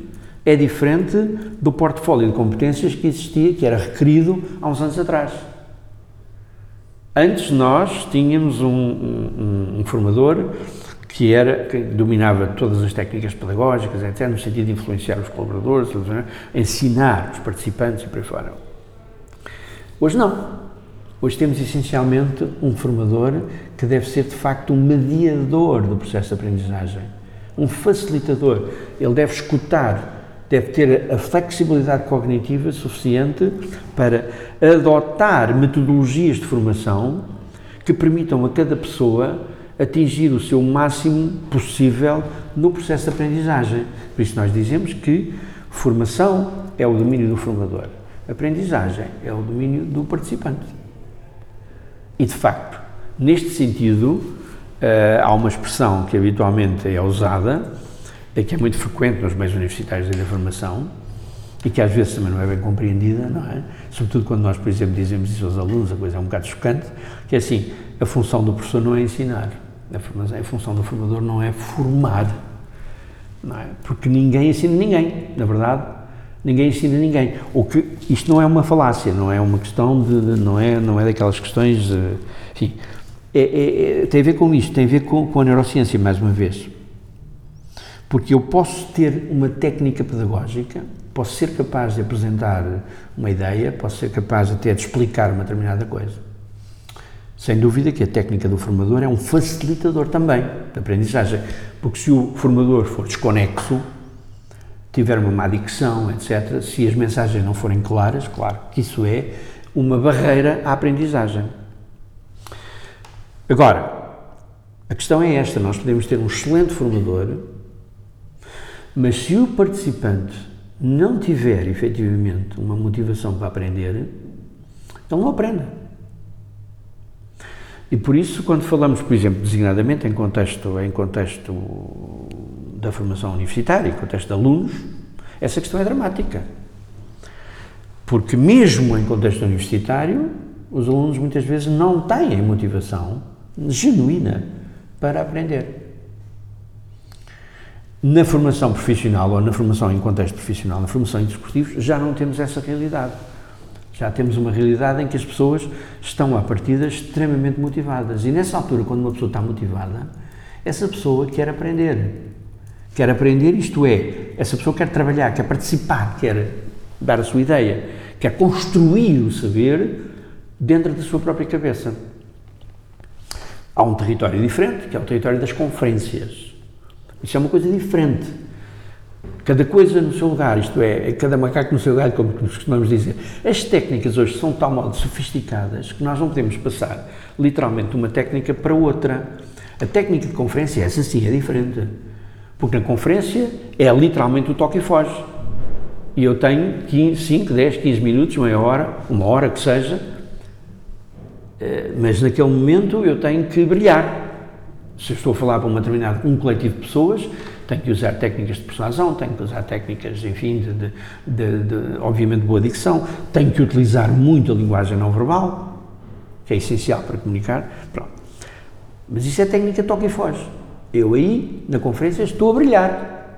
é diferente do portfólio de competências que existia, que era requerido há uns anos atrás. Antes nós tínhamos um, um, um formador que, era, que dominava todas as técnicas pedagógicas, etcétera, no sentido de influenciar os colaboradores, ensinar os participantes e por aí fora. Hoje não. Hoje temos essencialmente um formador que deve ser de facto um mediador do processo de aprendizagem, um facilitador. Ele deve escutar, deve ter a flexibilidade cognitiva suficiente para adotar metodologias de formação que permitam a cada pessoa atingir o seu máximo possível no processo de aprendizagem. Por isso nós dizemos que formação é o domínio do formador, aprendizagem é o domínio do participante. E, de facto, neste sentido, uh, há uma expressão que habitualmente é usada, que é muito frequente nos meios universitários da formação, e que às vezes também não é bem compreendida, não é? Sobretudo quando nós, por exemplo, dizemos isso aos alunos, a coisa é um bocado chocante, que é assim, a função do professor não é ensinar, a, formação, a função do formador não é formar, não é? Porque ninguém ensina ninguém, na verdade. Ninguém ensina ninguém. Ou que isto não é uma falácia, não é uma questão de, de não é não é daquelas questões, enfim, é, é, é, tem a ver com isto, tem a ver com, com a neurociência mais uma vez, porque eu posso ter uma técnica pedagógica, posso ser capaz de apresentar uma ideia, posso ser capaz até de explicar uma determinada coisa. Sem dúvida que a técnica do formador é um facilitador também da aprendizagem, porque se o formador for desconexo, tiver uma má dicção, etcétera, se as mensagens não forem claras, claro que isso é uma barreira à aprendizagem. Agora, a questão é esta, nós podemos ter um excelente formador, mas se o participante não tiver, efetivamente, uma motivação para aprender, ele não aprende. E por isso, quando falamos, por exemplo, designadamente em contexto, em contexto da formação universitária, em contexto de alunos, essa questão é dramática. Porque mesmo em contexto universitário, os alunos muitas vezes não têm motivação genuína para aprender. Na formação profissional ou na formação em contexto profissional, na formação em discursivos, já não temos essa realidade. Já temos uma realidade em que as pessoas estão à partida extremamente motivadas. E nessa altura, quando uma pessoa está motivada, essa pessoa quer aprender. Quer aprender, isto é, essa pessoa quer trabalhar, quer participar, quer dar a sua ideia, quer construir o saber dentro da sua própria cabeça. Há um território diferente, que é o território das conferências. Isso é uma coisa diferente. Cada coisa no seu lugar, isto é, cada macaco no seu galho, como costumamos dizer. As técnicas hoje são de tal modo sofisticadas que nós não podemos passar literalmente de uma técnica para outra. A técnica de conferência, essa sim, é diferente. Porque na conferência é literalmente o toque e foge. E eu tenho cinco, dez, quinze minutos, meia hora, uma hora que seja, mas naquele momento eu tenho que brilhar. Se eu estou a falar para uma determinada, um coletivo de pessoas, tenho que usar técnicas de persuasão, tenho que usar técnicas, enfim, de, de, de, de obviamente, boa dicção, tenho que utilizar muito a linguagem não verbal, que é essencial para comunicar, pronto. Mas isso é técnica toque e foge. Eu aí, na conferência, estou a brilhar.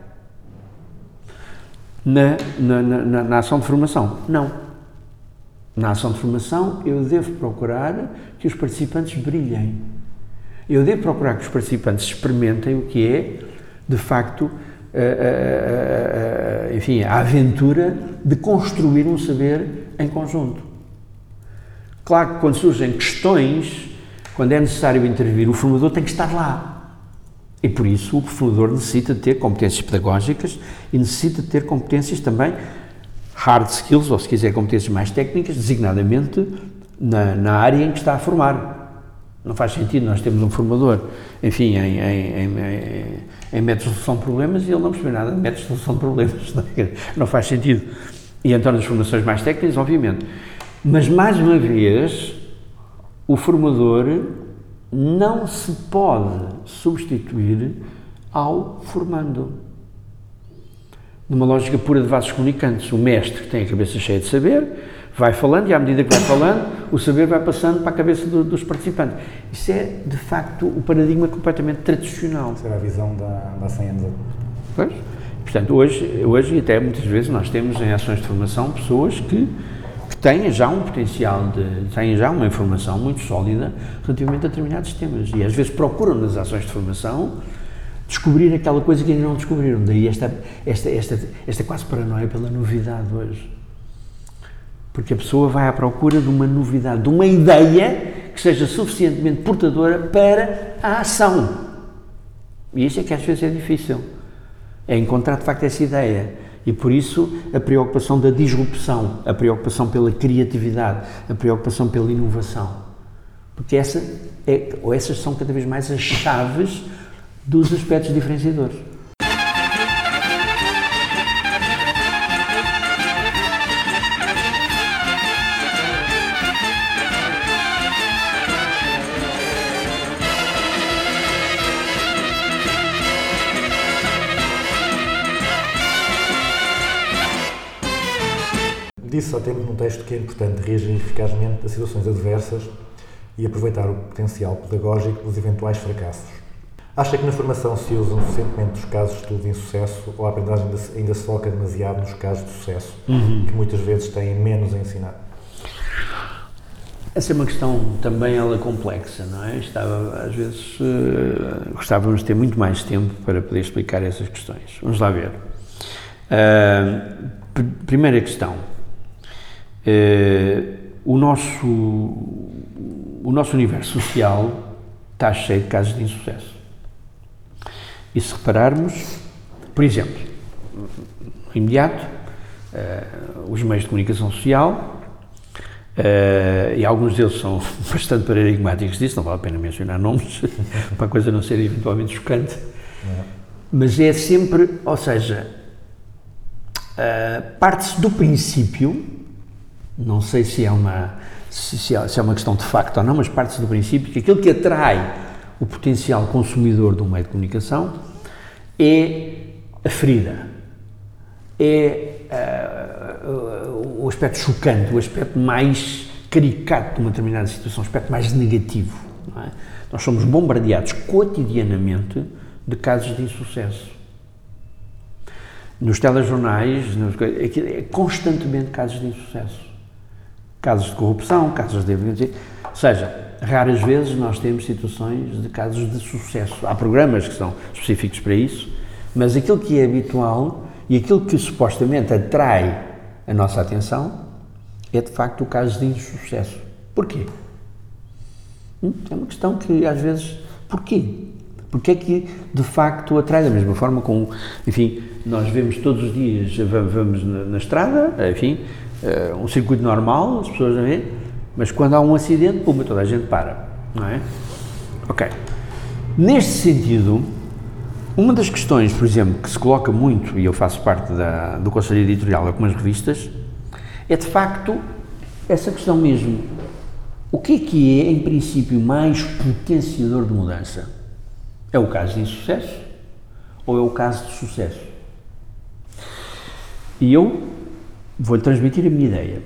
Na, na, na, na ação de formação, não. Na ação de formação, eu devo procurar que os participantes brilhem. Eu devo procurar que os participantes experimentem o que é, de facto, a, a, a, enfim, a aventura de construir um saber em conjunto. Claro que quando surgem questões, quando é necessário intervir, o formador tem que estar lá. E por isso o formador necessita de ter competências pedagógicas e necessita de ter competências também hard skills, ou se quiser competências mais técnicas, designadamente na, na área em que está a formar. Não faz sentido nós termos um formador, enfim, em, em, em, em métodos de solução de problemas e ele não percebe nada de métodos de solução de problemas. Não, não faz sentido. E então nas formações mais técnicas, obviamente. Mas, mais uma vez, o formador não se pode substituir ao formando. Numa lógica pura de vasos comunicantes, o mestre que tem a cabeça cheia de saber, vai falando e à medida que vai falando, o saber vai passando para a cabeça do, dos participantes. Isso é, de facto, o paradigma completamente tradicional. Essa era a visão de há cem anos. Pois? Portanto, hoje, hoje e até muitas vezes nós temos em ações de formação pessoas que, que têm já um potencial, de, têm já uma informação muito sólida relativamente a determinados temas e às vezes procuram nas ações de formação descobrir aquela coisa que ainda não descobriram. Daí esta, esta, esta, esta quase paranoia pela novidade hoje. Porque a pessoa vai à procura de uma novidade, de uma ideia que seja suficientemente portadora para a ação. E isso é que às vezes é difícil. É encontrar de facto essa ideia e por isso a preocupação da disrupção, a preocupação pela criatividade, a preocupação pela inovação, porque essa é, ou essas são cada vez mais as chaves dos aspectos diferenciadores. Disse há tempo num texto que é importante reagir eficazmente a situações adversas e aproveitar o potencial pedagógico dos eventuais fracassos. Acha que na formação se usam suficientemente os casos de estudo de insucesso ou a aprendizagem ainda se, ainda se foca demasiado nos casos de sucesso, uhum. que muitas vezes têm menos a ensinar? Essa é uma questão também ela complexa, não é? Estava, às vezes uh, gostávamos de ter muito mais tempo para poder explicar essas questões. Vamos lá ver. Uh, pr- primeira questão. Uh, o, nosso, o nosso universo social está cheio de casos de insucesso. E se repararmos, por exemplo, no imediato, uh, os meios de comunicação social, uh, e alguns deles são bastante paradigmáticos disso, não vale a pena mencionar nomes, para a coisa não ser eventualmente chocante, é. Mas é sempre, ou seja, uh, parte-se do princípio, não sei se é, uma, se, se, é, se é uma questão de facto ou não, mas parte-se do princípio que aquilo que atrai o potencial consumidor de um meio de comunicação é a ferida, é uh, o aspecto chocante, o aspecto mais caricato de uma determinada situação, o aspecto mais negativo. Não é? Nós somos bombardeados cotidianamente de casos de insucesso. Nos telejornais, nos, é constantemente casos de insucesso. Casos de corrupção, casos de... Ou seja, raras vezes nós temos situações de casos de sucesso. Há programas que são específicos para isso, mas aquilo que é habitual e aquilo que supostamente atrai a nossa atenção é de facto o caso de insucesso. Porquê? É uma questão que às vezes... Porquê? Porque é que de facto atrai da mesma forma como, enfim, nós vemos todos os dias, vamos na, na estrada, enfim, uh, um circuito normal, as pessoas não veem, mas quando há um acidente, puma, toda a gente para, não é? Ok. Neste sentido, uma das questões, por exemplo, que se coloca muito, e eu faço parte da, do Conselho Editorial de algumas revistas, é de facto essa questão mesmo. O que é que é, em princípio, mais potenciador de mudança? É o caso de insucesso ou é o caso de sucesso? E eu vou-lhe transmitir a minha ideia.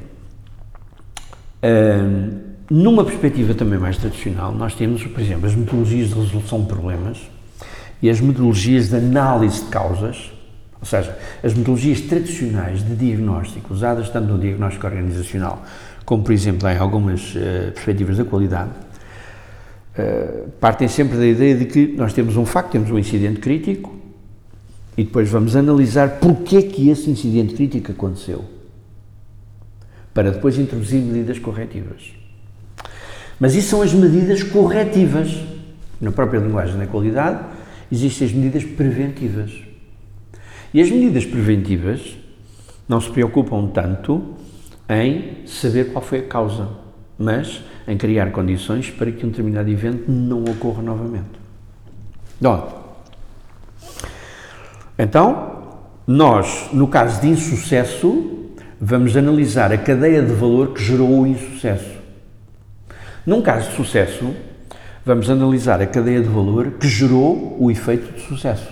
Uh, numa perspectiva também mais tradicional, nós temos, por exemplo, as metodologias de resolução de problemas e as metodologias de análise de causas, ou seja, as metodologias tradicionais de diagnóstico, usadas tanto no diagnóstico organizacional como, por exemplo, em algumas uh, perspectivas da qualidade, uh, partem sempre da ideia de que nós temos um facto, temos um incidente crítico e depois vamos analisar porque é que esse incidente crítico aconteceu, para depois introduzir medidas corretivas. Mas isso são as medidas corretivas. Na própria linguagem da qualidade existem as medidas preventivas. E as medidas preventivas não se preocupam tanto em saber qual foi a causa, mas em criar condições para que um determinado evento não ocorra novamente. Então, então nós, no caso de insucesso, vamos analisar a cadeia de valor que gerou o insucesso. Num caso de sucesso, vamos analisar a cadeia de valor que gerou o efeito de sucesso.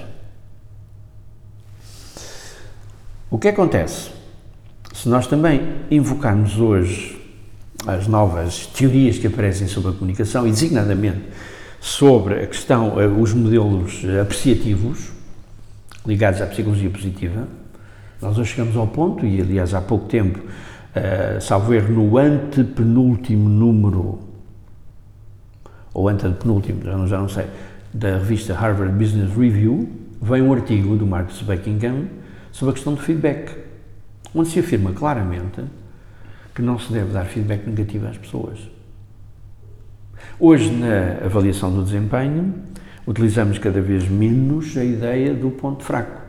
O que acontece? Se nós também invocarmos hoje as novas teorias que aparecem sobre a comunicação e, designadamente, sobre a questão, os modelos apreciativos, ligados à psicologia positiva. Nós hoje chegamos ao ponto, e aliás há pouco tempo, uh, salvo erro, no antepenúltimo número, ou antepenúltimo, já não, já não sei, da revista Harvard Business Review, vem um artigo do Marcus Buckingham sobre a questão do feedback, onde se afirma claramente que não se deve dar feedback negativo às pessoas. Hoje, na avaliação do desempenho, utilizamos cada vez menos a ideia do ponto fraco.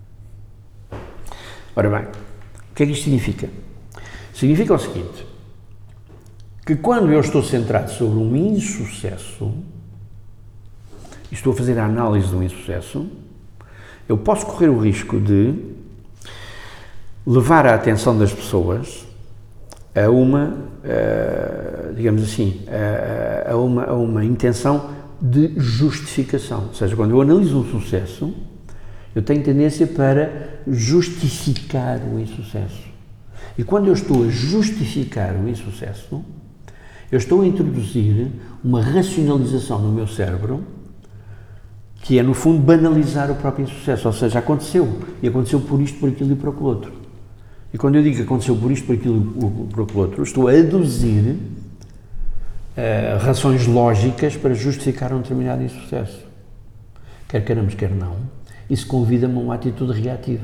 Ora bem, o que é que isto significa? Significa o seguinte, que quando eu estou centrado sobre um insucesso, e estou a fazer a análise de um insucesso, eu posso correr o risco de levar a atenção das pessoas a uma, uh, digamos assim, uh, a, uma, a uma intenção de justificação. Ou seja, quando eu analiso um sucesso, eu tenho tendência para justificar o insucesso. E quando eu estou a justificar o insucesso, eu estou a introduzir uma racionalização no meu cérebro que é, no fundo, banalizar o próprio insucesso. Ou seja, aconteceu, e aconteceu por isto, por aquilo e por aquilo outro. E quando eu digo que aconteceu por isto, por aquilo e por aquilo outro, estou a aduzir uh, razões lógicas para justificar um determinado insucesso. Quer queiramos, quer não, isso convida-me a uma atitude reativa.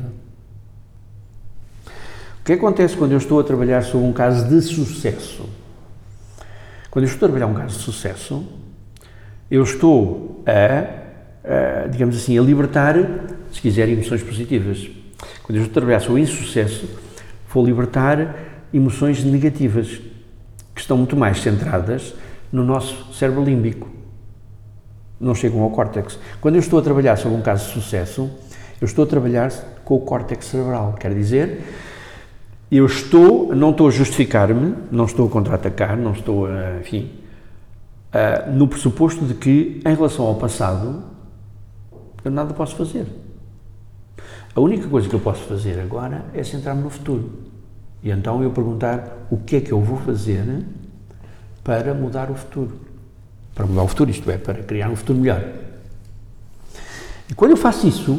O que acontece quando eu estou a trabalhar sobre um caso de sucesso? Quando eu estou a trabalhar um caso de sucesso, eu estou a, a digamos assim, a libertar, se quiser, emoções positivas. Quando eu estou a trabalhar sobre insucesso, vou libertar emoções negativas, que estão muito mais centradas no nosso cérebro límbico. Não chegam ao córtex. Quando eu estou a trabalhar sobre um caso de sucesso, eu estou a trabalhar com o córtex cerebral. Quer dizer, eu estou, não estou a justificar-me, não estou a contra-atacar, não estou a, enfim, a, no pressuposto de que, em relação ao passado, eu nada posso fazer. A única coisa que eu posso fazer agora é centrar-me no futuro. E então eu perguntar o que é que eu vou fazer para mudar o futuro. Para mudar o futuro, isto é, para criar um futuro melhor. E quando eu faço isso,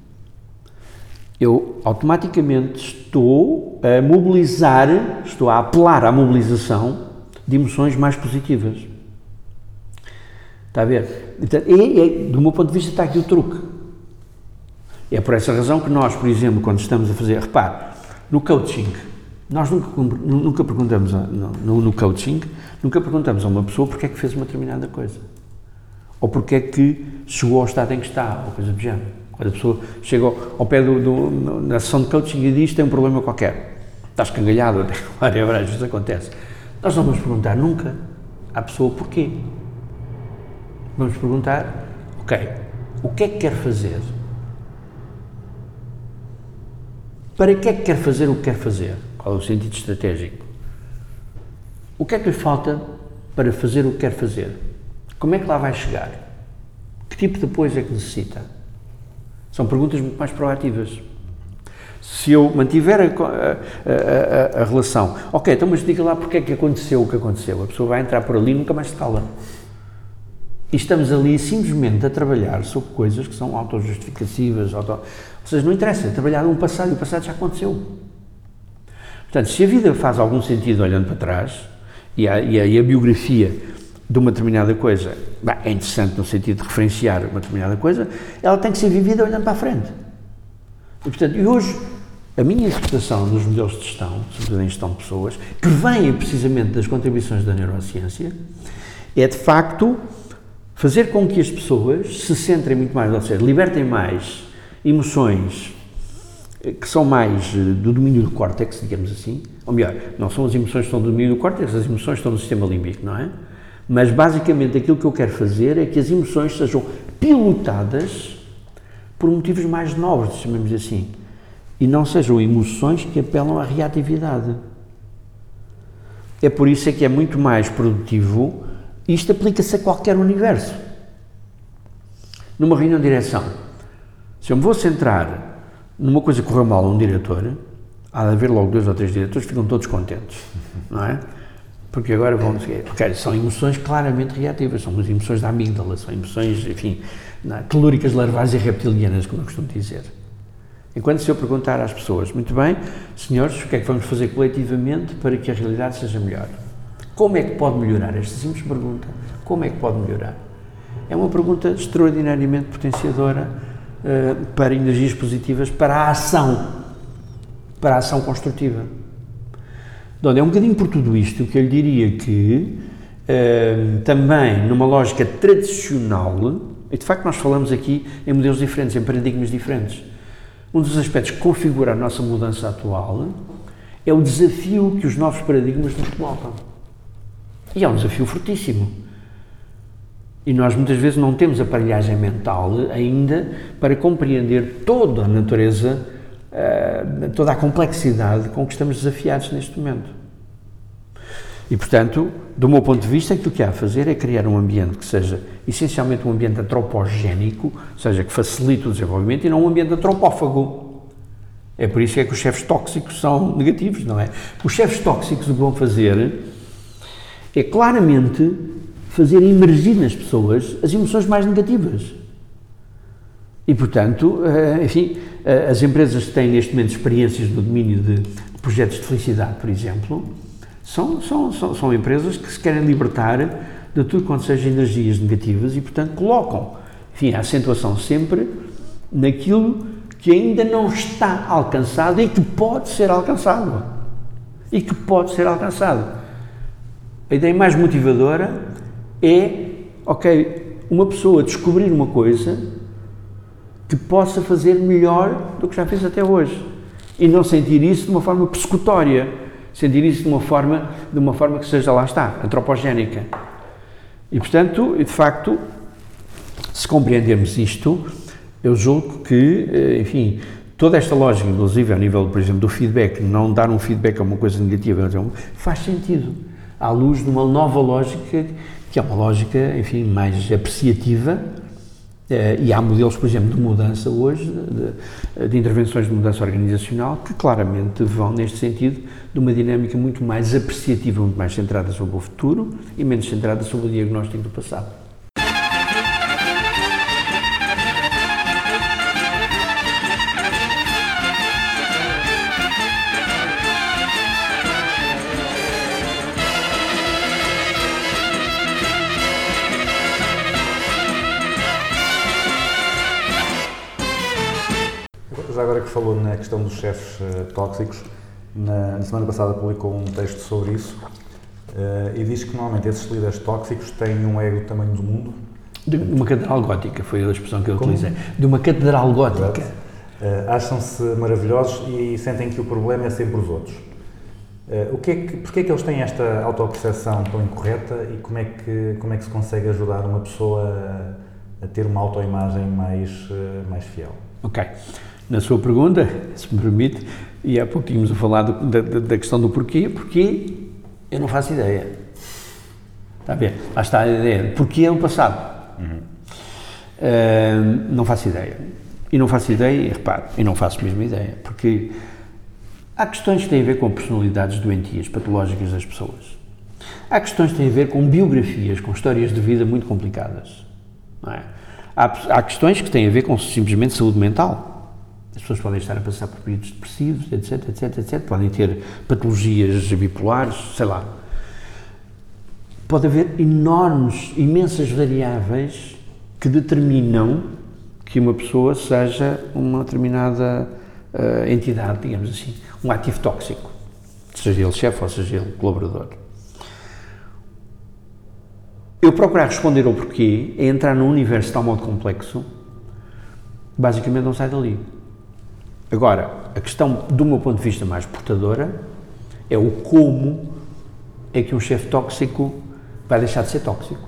eu automaticamente estou a mobilizar, estou a apelar à mobilização de emoções mais positivas. Está a ver? Então, é, é, do meu ponto de vista está aqui o truque. É por essa razão que nós, por exemplo, quando estamos a fazer, repare, no coaching, nós nunca, nunca perguntamos, a, no, no coaching, nunca perguntamos a uma pessoa porque é que fez uma determinada coisa. Ou porque é que chegou ao estado em que está, ou coisa do género. Quando a pessoa chega ao, ao pé do, do, na sessão de coaching e diz tem um problema qualquer, está escangalhado, até várias vezes acontece. Nós não vamos perguntar nunca à pessoa porquê. Vamos perguntar, ok, o que é que quer fazer? Para que é que quer fazer o que quer fazer? Qual é o sentido estratégico? O que é que lhe falta para fazer o que quer fazer? Como é que lá vai chegar? Que tipo de apoio é que necessita? São perguntas muito mais proativas. Se eu mantiver a, a, a, a relação, ok, então mas diga lá porque é que aconteceu o que aconteceu. A pessoa vai entrar por ali e nunca mais se cala. E estamos ali simplesmente a trabalhar sobre coisas que são autojustificativas, auto... ou seja, não interessa, é trabalhar no passado e o passado já aconteceu. Portanto, se a vida faz algum sentido olhando para trás, e a, e a, e a biografia de uma determinada coisa bem, é interessante no sentido de referenciar uma determinada coisa, ela tem que ser vivida olhando para a frente. E, portanto, e hoje, a minha interpretação dos modelos de gestão, sobretudo em gestão de pessoas, que vêm precisamente das contribuições da neurociência, é de facto fazer com que as pessoas se centrem muito mais, ou seja, libertem mais emoções que são mais do domínio do córtex, digamos assim, ou melhor, não são as emoções que estão do domínio do córtex, as emoções estão no sistema límbico, não é? Mas basicamente aquilo que eu quero fazer é que as emoções sejam pilotadas por motivos mais nobres, chamemos assim, e não sejam emoções que apelam à reatividade. É por isso é que é muito mais produtivo, e isto aplica-se a qualquer universo. Numa reunião de direção, se eu me vou centrar numa coisa que correu mal a um diretor, há de haver logo dois ou três diretores que ficam todos contentes, não é? Porque agora vão dizer, ok, são emoções claramente reativas, são as emoções da amígdala, são emoções, enfim, não é? Telúricas, larvais e reptilianas, como eu costumo dizer. Enquanto se eu perguntar às pessoas, muito bem, senhores, o que é que vamos fazer coletivamente para que a realidade seja melhor? Como é que pode melhorar? Esta simples pergunta, como é que pode melhorar? É uma pergunta extraordinariamente potenciadora uh, para energias positivas, para a ação, para a ação construtiva. Então, é um bocadinho por tudo isto que eu lhe diria que, uh, também numa lógica tradicional, e de facto nós falamos aqui em modelos diferentes, em paradigmas diferentes, um dos aspectos que configura a nossa mudança atual é o desafio que os novos paradigmas nos colocam. E é um desafio fortíssimo. E nós muitas vezes não temos aparelhagem mental ainda para compreender toda a natureza, toda a complexidade com que estamos desafiados neste momento. E, portanto, do meu ponto de vista, aquilo que há a fazer é criar um ambiente que seja essencialmente um ambiente antropogénico, ou seja, que facilite o desenvolvimento, e não um ambiente antropófago. É por isso que é que os chefes tóxicos são negativos, não é? Os chefes tóxicos o que vão fazer é claramente fazer emergir nas pessoas as emoções mais negativas. E, portanto, enfim, as empresas que têm neste momento experiências no domínio de projetos de felicidade, por exemplo, São, são, são, são empresas que se querem libertar de tudo quanto seja energias negativas e, portanto, colocam, enfim, a acentuação sempre naquilo que ainda não está alcançado e que pode ser alcançado. E que pode ser alcançado. A ideia mais motivadora é, ok, uma pessoa descobrir uma coisa que possa fazer melhor do que já fez até hoje e não sentir isso de uma forma persecutória. Sentir isso de uma forma, de uma forma que seja, lá está, antropogénica. E, portanto, de facto, se compreendermos isto, eu julgo que, enfim, toda esta lógica, inclusive, a nível, por exemplo, do feedback, não dar um feedback a uma coisa negativa, faz sentido, à luz de uma nova lógica, que é uma lógica, enfim, mais apreciativa. Uh, e há modelos, por exemplo, de mudança hoje, de, de intervenções de mudança organizacional, que claramente vão neste sentido de uma dinâmica muito mais apreciativa, muito mais centrada sobre o futuro e menos centrada sobre o diagnóstico do passado. Já agora que falou na questão dos chefes uh, tóxicos, na, na semana passada publicou um texto sobre isso uh, e diz que normalmente esses líderes tóxicos têm um ego do tamanho do mundo. De uma catedral gótica, foi a expressão que eu Como? utilizei. De uma catedral gótica. Uh, acham-se maravilhosos e sentem que o problema é sempre os outros. Uh, o que é que, porquê é que eles têm esta autoperceção tão incorreta e como é que, como é que se consegue ajudar uma pessoa a, a ter uma autoimagem mais, uh, mais fiel? Ok. Na sua pergunta, se me permite, e há pouco tínhamos a falar do, da, da questão do porquê, porquê eu não faço ideia. Está a ver? Lá está a ideia. Porquê é o passado? Uhum. Uh, não faço ideia. E não faço ideia, e repare, e não faço mesmo ideia, porque há questões que têm a ver com personalidades doentias, patológicas das pessoas. Há questões que têm a ver com biografias, com histórias de vida muito complicadas. Não é? há, há questões que têm a ver com simplesmente saúde mental. As pessoas podem estar a passar por períodos depressivos, etc, etc, etc. Podem ter patologias bipolares, sei lá. Pode haver enormes, imensas variáveis que determinam que uma pessoa seja uma determinada uh, entidade, digamos assim, um ativo tóxico, seja ele chefe ou seja ele colaborador. Eu procurar responder ao porquê é entrar num universo de tal modo complexo, basicamente não sai dali. Agora, a questão, do meu ponto de vista mais portadora, é o como é que um chefe tóxico vai deixar de ser tóxico.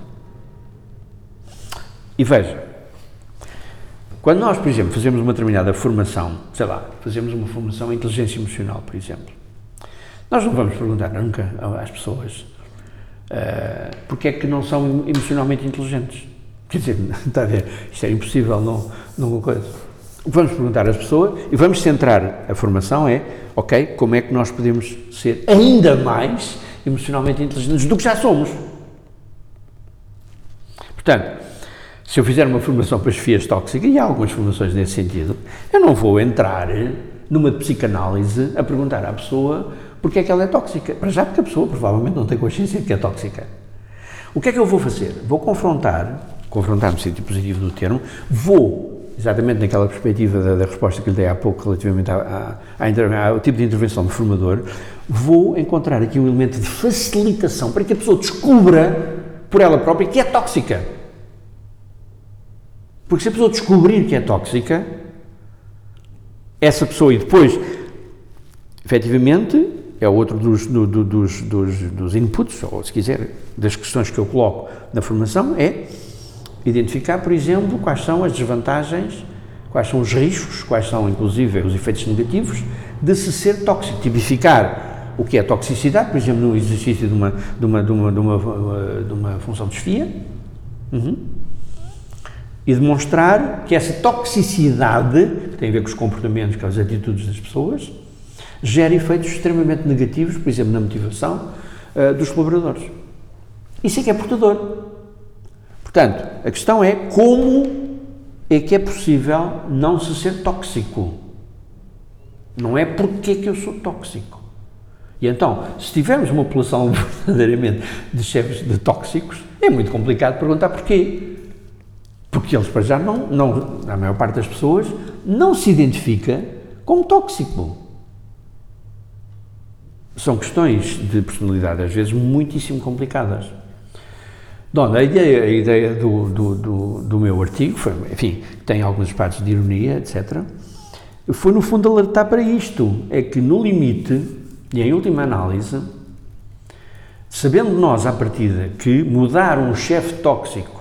E veja, quando nós, por exemplo, fazemos uma determinada formação, sei lá, fazemos uma formação em inteligência emocional, por exemplo, nós não vamos perguntar nunca às pessoas uh, porque é que não são emocionalmente inteligentes. Quer dizer, está a ver, isto é impossível, não, não coisa. O que vamos perguntar às pessoas e vamos centrar a formação é, ok, como é que nós podemos ser ainda mais emocionalmente inteligentes do que já somos. Portanto, se eu fizer uma formação para chefias tóxicas, e há algumas formações nesse sentido, eu não vou entrar numa psicanálise a perguntar à pessoa porque é que ela é tóxica. Para já, porque a pessoa provavelmente não tem consciência de que é tóxica. O que é que eu vou fazer? Vou confrontar, confrontar no sentido positivo do termo, vou, exatamente naquela perspectiva da, da resposta que lhe dei há pouco relativamente à, à, à, ao tipo de intervenção do formador, vou encontrar aqui um elemento de facilitação para que a pessoa descubra por ela própria que é tóxica. Porque se a pessoa descobrir que é tóxica, essa pessoa, e depois, efetivamente, é outro dos, do, do, dos, dos, dos inputs, ou se quiser, das questões que eu coloco na formação, é identificar, por exemplo, quais são as desvantagens, quais são os riscos, quais são, inclusive, os efeitos negativos de se ser tóxico. Tipificar o que é toxicidade, por exemplo, no exercício de uma, de uma, de uma, de uma, de uma função de chefia, uhum. E demonstrar que essa toxicidade, que tem a ver com os comportamentos, com as atitudes das pessoas, gera efeitos extremamente negativos, por exemplo, na motivação uh, dos colaboradores. Isso é que é portador. Portanto, a questão é como é que é possível não se ser tóxico. Não é porque é que eu sou tóxico. E então, se tivermos uma população verdadeiramente de chefes de tóxicos, é muito complicado perguntar porquê. Porque eles, para já, não, não, a maior parte das pessoas, não se identifica como tóxico. São questões de personalidade, às vezes, muitíssimo complicadas. Dona, a ideia, a ideia do, do, do, do meu artigo, foi, enfim, tem algumas partes de ironia, etcétera, foi, no fundo, alertar para isto. É que, no limite, e em última análise, sabendo nós, à partida, que mudar um chefe tóxico,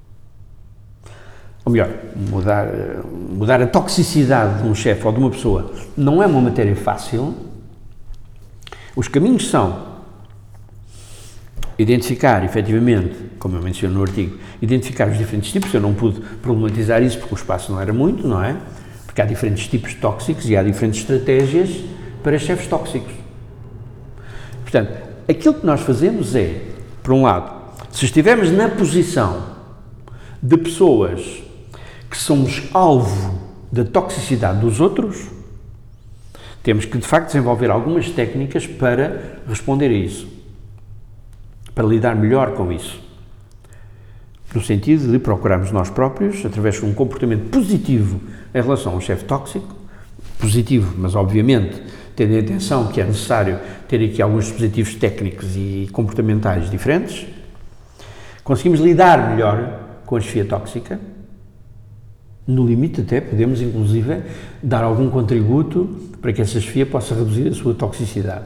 ou melhor, mudar, mudar a toxicidade de um chefe ou de uma pessoa não é uma matéria fácil, os caminhos são identificar, efetivamente, como eu menciono no artigo, identificar os diferentes tipos. Eu não pude problematizar isso porque o espaço não era muito, não é? Porque há diferentes tipos tóxicos e há diferentes estratégias para chefes tóxicos. Portanto, aquilo que nós fazemos é, por um lado, se estivermos na posição de pessoas que somos alvo da toxicidade dos outros, temos que, de facto, desenvolver algumas técnicas para responder a isso, para lidar melhor com isso, no sentido de procurarmos nós próprios, através de um comportamento positivo em relação a um chefe tóxico, positivo, mas obviamente tendo em atenção que é necessário ter aqui alguns dispositivos técnicos e comportamentais diferentes, conseguimos lidar melhor com a chefia tóxica. No limite, até podemos, inclusive, dar algum contributo para que essa chefia possa reduzir a sua toxicidade.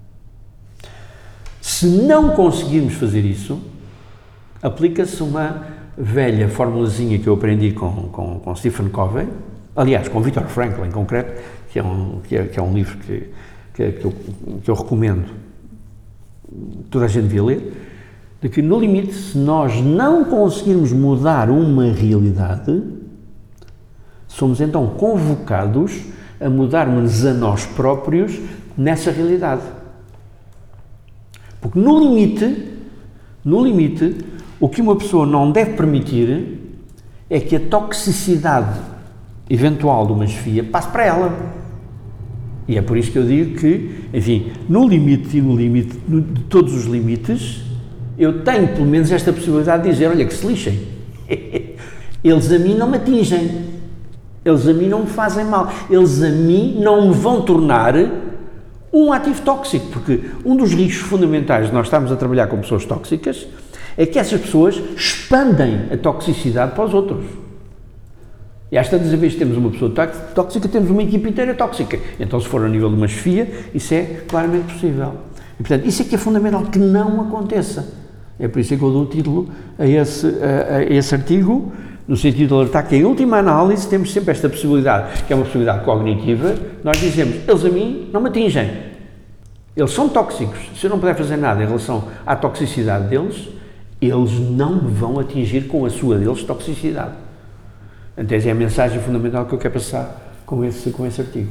Se não conseguirmos fazer isso, aplica-se uma velha formulazinha que eu aprendi com, com, com Stephen Covey, aliás, com Viktor Frankl em concreto, que é um, que é, que é um livro que, que, que, eu, que eu recomendo, toda a gente devia ler, de que, no limite, se nós não conseguirmos mudar uma realidade, somos então convocados a mudarmos a nós próprios nessa realidade. Porque no limite, no limite, o que uma pessoa não deve permitir é que a toxicidade eventual de uma chefia passe para ela. E é por isso que eu digo que, enfim, no limite e no limite de todos os limites, eu tenho pelo menos esta possibilidade de dizer, olha, que se lixem. Eles a mim não me atingem. Eles a mim não me fazem mal. Eles a mim não me vão tornar um ativo tóxico, porque um dos riscos fundamentais de nós estarmos a trabalhar com pessoas tóxicas é que essas pessoas expandem a toxicidade para os outros. E às tantas vezes temos uma pessoa tóxica, temos uma equipe inteira tóxica. Então, se for a nível de uma chefia, isso é claramente possível. E, portanto, isso é que é fundamental que não aconteça. É por isso que eu dou o título a esse, a, a esse artigo, no sentido de alertar que, em última análise, temos sempre esta possibilidade, que é uma possibilidade cognitiva. Nós dizemos, eles a mim não me atingem. Eles são tóxicos. Se eu não puder fazer nada em relação à toxicidade deles, eles não me vão atingir com a sua deles toxicidade. Então, essa é a mensagem fundamental que eu quero passar com esse, com esse artigo.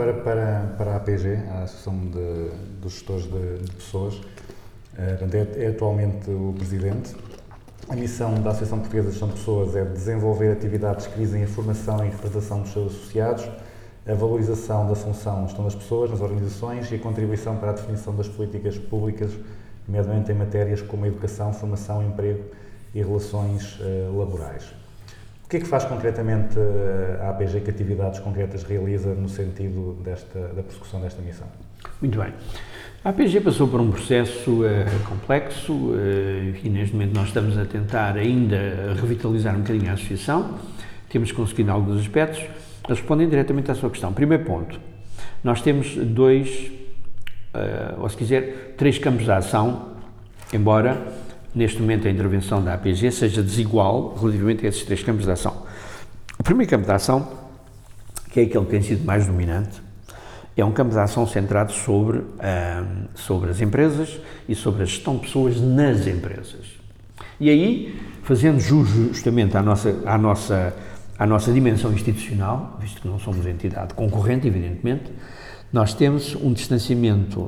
agora para, para a A P G, a Associação de, dos Gestores de, de Pessoas. Uh, é, é atualmente o Presidente. A missão da Associação Portuguesa de Gestão de Pessoas é desenvolver atividades que visem a formação e representação dos seus associados, a valorização da função de gestão das pessoas nas organizações e a contribuição para a definição das políticas públicas, nomeadamente em matérias como a educação, formação, emprego e relações uh, laborais. O que é que faz concretamente a A P G, que atividades concretas realiza no sentido desta, da prossecução desta missão? Muito bem. A A P G passou por um processo uh, complexo uh, e neste momento nós estamos a tentar ainda revitalizar um bocadinho a associação. Temos conseguido alguns aspectos. Respondem diretamente à sua questão. Primeiro ponto, nós temos dois, uh, ou se quiser, três campos de ação, embora neste momento a intervenção da A P G seja desigual relativamente a esses três campos de ação. O primeiro campo de ação, que é aquele que tem sido mais dominante, é um campo de ação centrado sobre, um, sobre as empresas e sobre a gestão de pessoas nas empresas. E aí, fazendo jus justamente à nossa, à nossa, à nossa dimensão institucional, visto que não somos entidade concorrente, evidentemente, nós temos um distanciamento,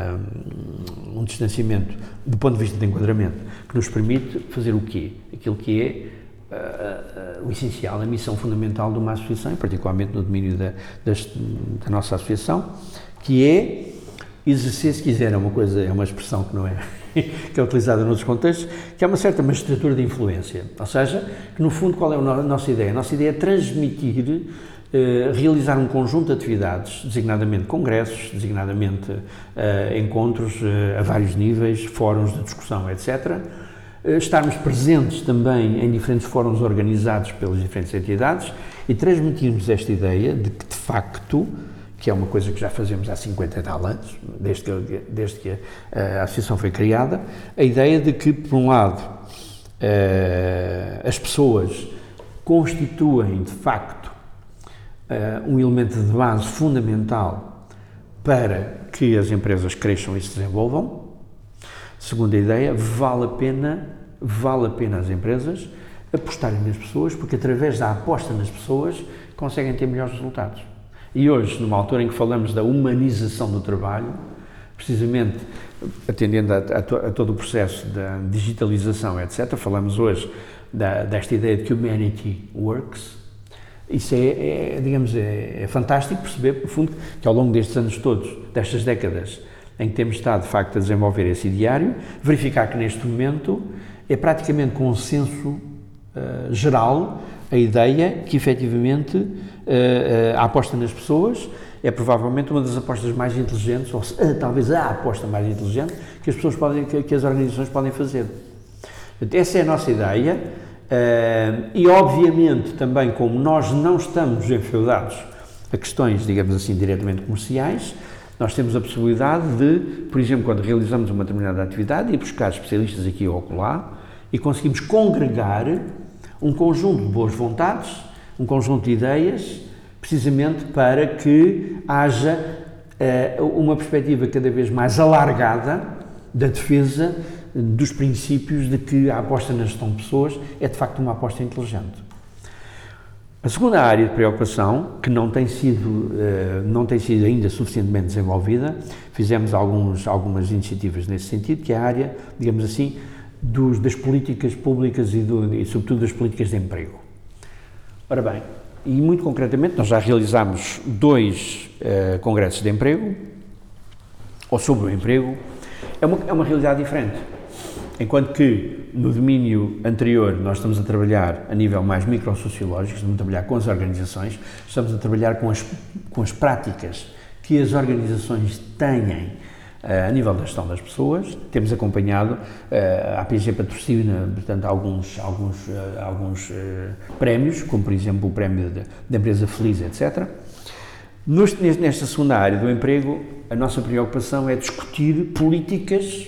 um, um distanciamento do ponto de vista de enquadramento, que nos permite fazer o quê? Aquilo que é uh, uh, o essencial, a missão fundamental de uma associação, particularmente no domínio da, da, da nossa associação, que é exercer, se quiser, é uma coisa, é uma expressão que não é, que é utilizada noutros contextos, que é uma certa magistratura de influência. Ou seja, que no fundo qual é a nossa ideia? A nossa ideia é transmitir, Uh, realizar um conjunto de atividades, designadamente congressos, designadamente uh, encontros uh, a vários níveis, fóruns de discussão, etcétera. Uh, estarmos presentes também em diferentes fóruns organizados pelas diferentes entidades e transmitirmos esta ideia de que, de facto, que é uma coisa que já fazemos há cinquenta e tal anos, desde que, desde que a, a associação foi criada, a ideia de que, por um lado, uh, as pessoas constituem, de facto, Uh, um elemento de base fundamental para que as empresas cresçam e se desenvolvam. Segunda ideia, vale a pena, vale a pena as empresas apostarem nas pessoas, porque através da aposta nas pessoas conseguem ter melhores resultados. E hoje, numa altura em que falamos da humanização do trabalho, precisamente atendendo a, a, a todo o processo da digitalização, etcétera, falamos hoje da, desta ideia de que humanity works. Isso é, é digamos, é, é fantástico perceber, no fundo, que ao longo destes anos todos, destas décadas, em que temos estado, de facto, a desenvolver esse ideário, verificar que neste momento é praticamente consenso uh, geral a ideia que, efetivamente, uh, uh, a aposta nas pessoas é provavelmente uma das apostas mais inteligentes, ou uh, talvez a aposta mais inteligente que as pessoas podem, que, que as organizações podem fazer. Essa é a nossa ideia. Uh, e, obviamente, também como nós não estamos enfeudados a questões, digamos assim, diretamente comerciais, nós temos a possibilidade de, por exemplo, quando realizamos uma determinada atividade, ir buscar especialistas aqui ou acolá e conseguimos congregar um conjunto de boas vontades, um conjunto de ideias, precisamente para que haja uh, uma perspectiva cada vez mais alargada da defesa dos princípios de que a aposta na gestão de pessoas é de facto uma aposta inteligente. A segunda área de preocupação, que não tem sido, não tem sido ainda suficientemente desenvolvida, fizemos alguns, algumas iniciativas nesse sentido, que é a área, digamos assim, dos, das políticas públicas e, do, e sobretudo das políticas de emprego. Ora bem, e muito concretamente nós já realizámos dois uh, congressos de emprego, ou sobre o emprego. É uma, é uma realidade diferente. Enquanto que no domínio anterior nós estamos a trabalhar a nível mais microsociológico, estamos a trabalhar com as organizações, estamos a trabalhar com as, com as práticas que as organizações têm uh, a nível da gestão das pessoas. Temos acompanhado, uh, a A P G patrocina, portanto, alguns, alguns, uh, alguns uh, prémios, como por exemplo o prémio da, da empresa Feliz, etcétera. Nos, nesta segunda área do emprego, a nossa preocupação é discutir políticas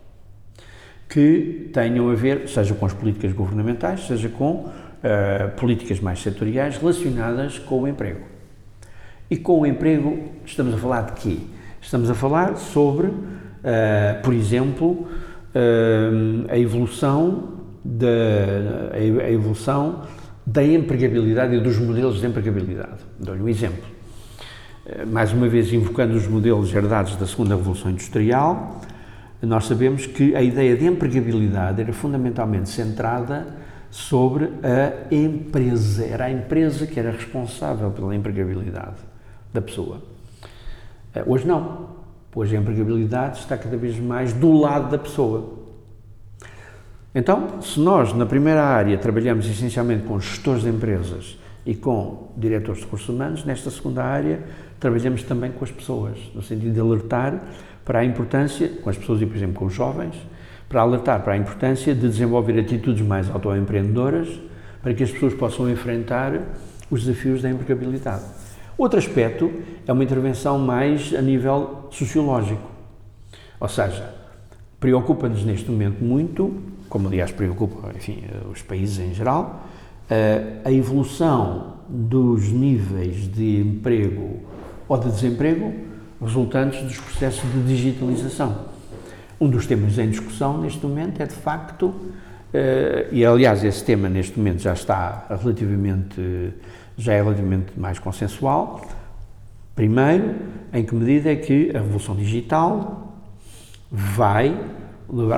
que tenham a ver, seja com as políticas governamentais, seja com uh, políticas mais setoriais relacionadas com o emprego. E com o emprego estamos a falar de quê? Estamos a falar sobre, uh, por exemplo, uh, a evolução da, a evolução da empregabilidade e dos modelos de empregabilidade. Dou-lhe um exemplo. mais uma vez invocando os modelos herdados da segunda Revolução Industrial, nós sabemos que a ideia de empregabilidade era fundamentalmente centrada sobre a empresa. Era a empresa que era responsável pela empregabilidade da pessoa. Hoje não. Hoje a empregabilidade está cada vez mais do lado da pessoa. Então, se nós na primeira área trabalhamos essencialmente com gestores de empresas e com diretores de recursos humanos, nesta segunda área trabalhamos também com as pessoas, no sentido de alertar para a importância, com as pessoas e, por exemplo, com os jovens, para alertar para a importância de desenvolver atitudes mais autoempreendedoras para que as pessoas possam enfrentar os desafios da empregabilidade. Outro aspecto é uma intervenção mais a nível sociológico, ou seja, preocupa-nos neste momento muito, como aliás preocupa, enfim, os países em geral, a evolução dos níveis de emprego ou de desemprego resultantes dos processos de digitalização. Um dos temas em discussão neste momento é, de facto, e aliás esse tema neste momento já está relativamente, já é relativamente mais consensual. Primeiro, em que medida é que a revolução digital vai levar,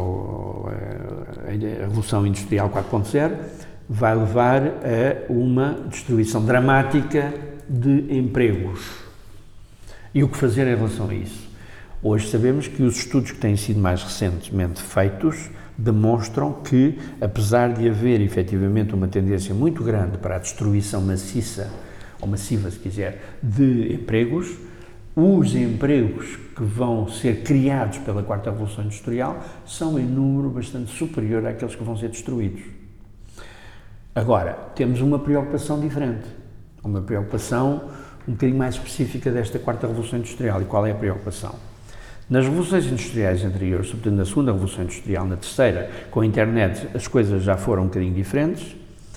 a revolução industrial quatro ponto zero, vai levar a uma destruição dramática de empregos. E o que fazer em relação a isso? Hoje sabemos que os estudos que têm sido mais recentemente feitos demonstram que, apesar de haver efetivamente uma tendência muito grande para a destruição maciça, ou massiva se quiser, de empregos, os empregos que vão ser criados pela quarta revolução industrial são em número bastante superior àqueles que vão ser destruídos. Agora, temos uma preocupação diferente, uma preocupação um bocadinho mais específica desta quarta revolução industrial. E qual é a preocupação? Nas revoluções industriais anteriores, sobretudo na segunda revolução industrial, na terceira, com a internet, as coisas já foram um bocadinho diferentes.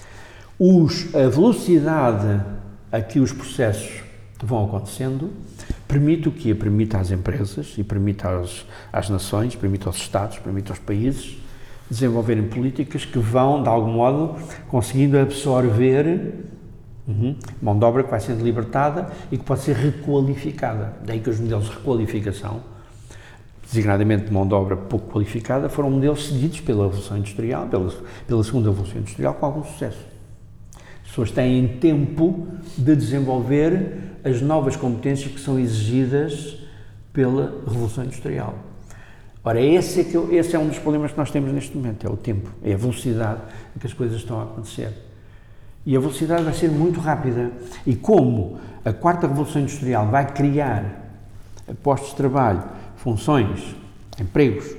Os, a velocidade a que os processos vão acontecendo permite o quê? Permite às empresas e permite às, às nações, permite aos Estados, permite aos países desenvolverem políticas que vão, de algum modo, conseguindo absorver uhum, mão de obra que vai sendo libertada e que pode ser requalificada. Daí que os modelos de requalificação, designadamente de mão de obra pouco qualificada, foram modelos seguidos pela Revolução Industrial, pela, pela Segunda Revolução Industrial, com algum sucesso. As pessoas têm tempo de desenvolver as novas competências que são exigidas pela Revolução Industrial. Ora, esse é, que, esse é um dos problemas que nós temos neste momento, é o tempo, é a velocidade em que as coisas estão a acontecer. E a velocidade vai ser muito rápida. E como a quarta Revolução Industrial vai criar postos de trabalho, funções, empregos,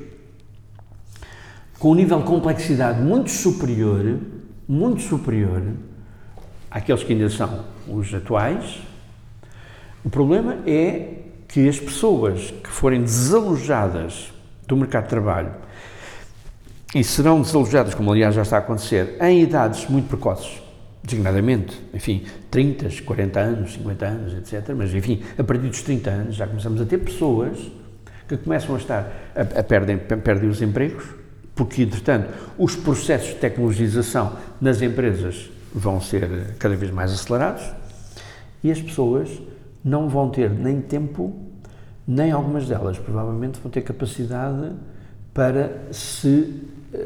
com um nível de complexidade muito superior, muito superior àqueles que ainda são os atuais, o problema é que as pessoas que forem desalojadas do mercado de trabalho e serão desalojadas, como aliás já está a acontecer, em idades muito precoces, designadamente, enfim, trinta, quarenta anos, cinquenta anos, etcétera, mas enfim, a partir dos trinta anos já começamos a ter pessoas que começam a estar, a, a perdem, perdem os empregos, porque, entretanto, os processos de tecnologização nas empresas vão ser cada vez mais acelerados e as pessoas não vão ter nem tempo, nem algumas delas provavelmente vão ter capacidade para se,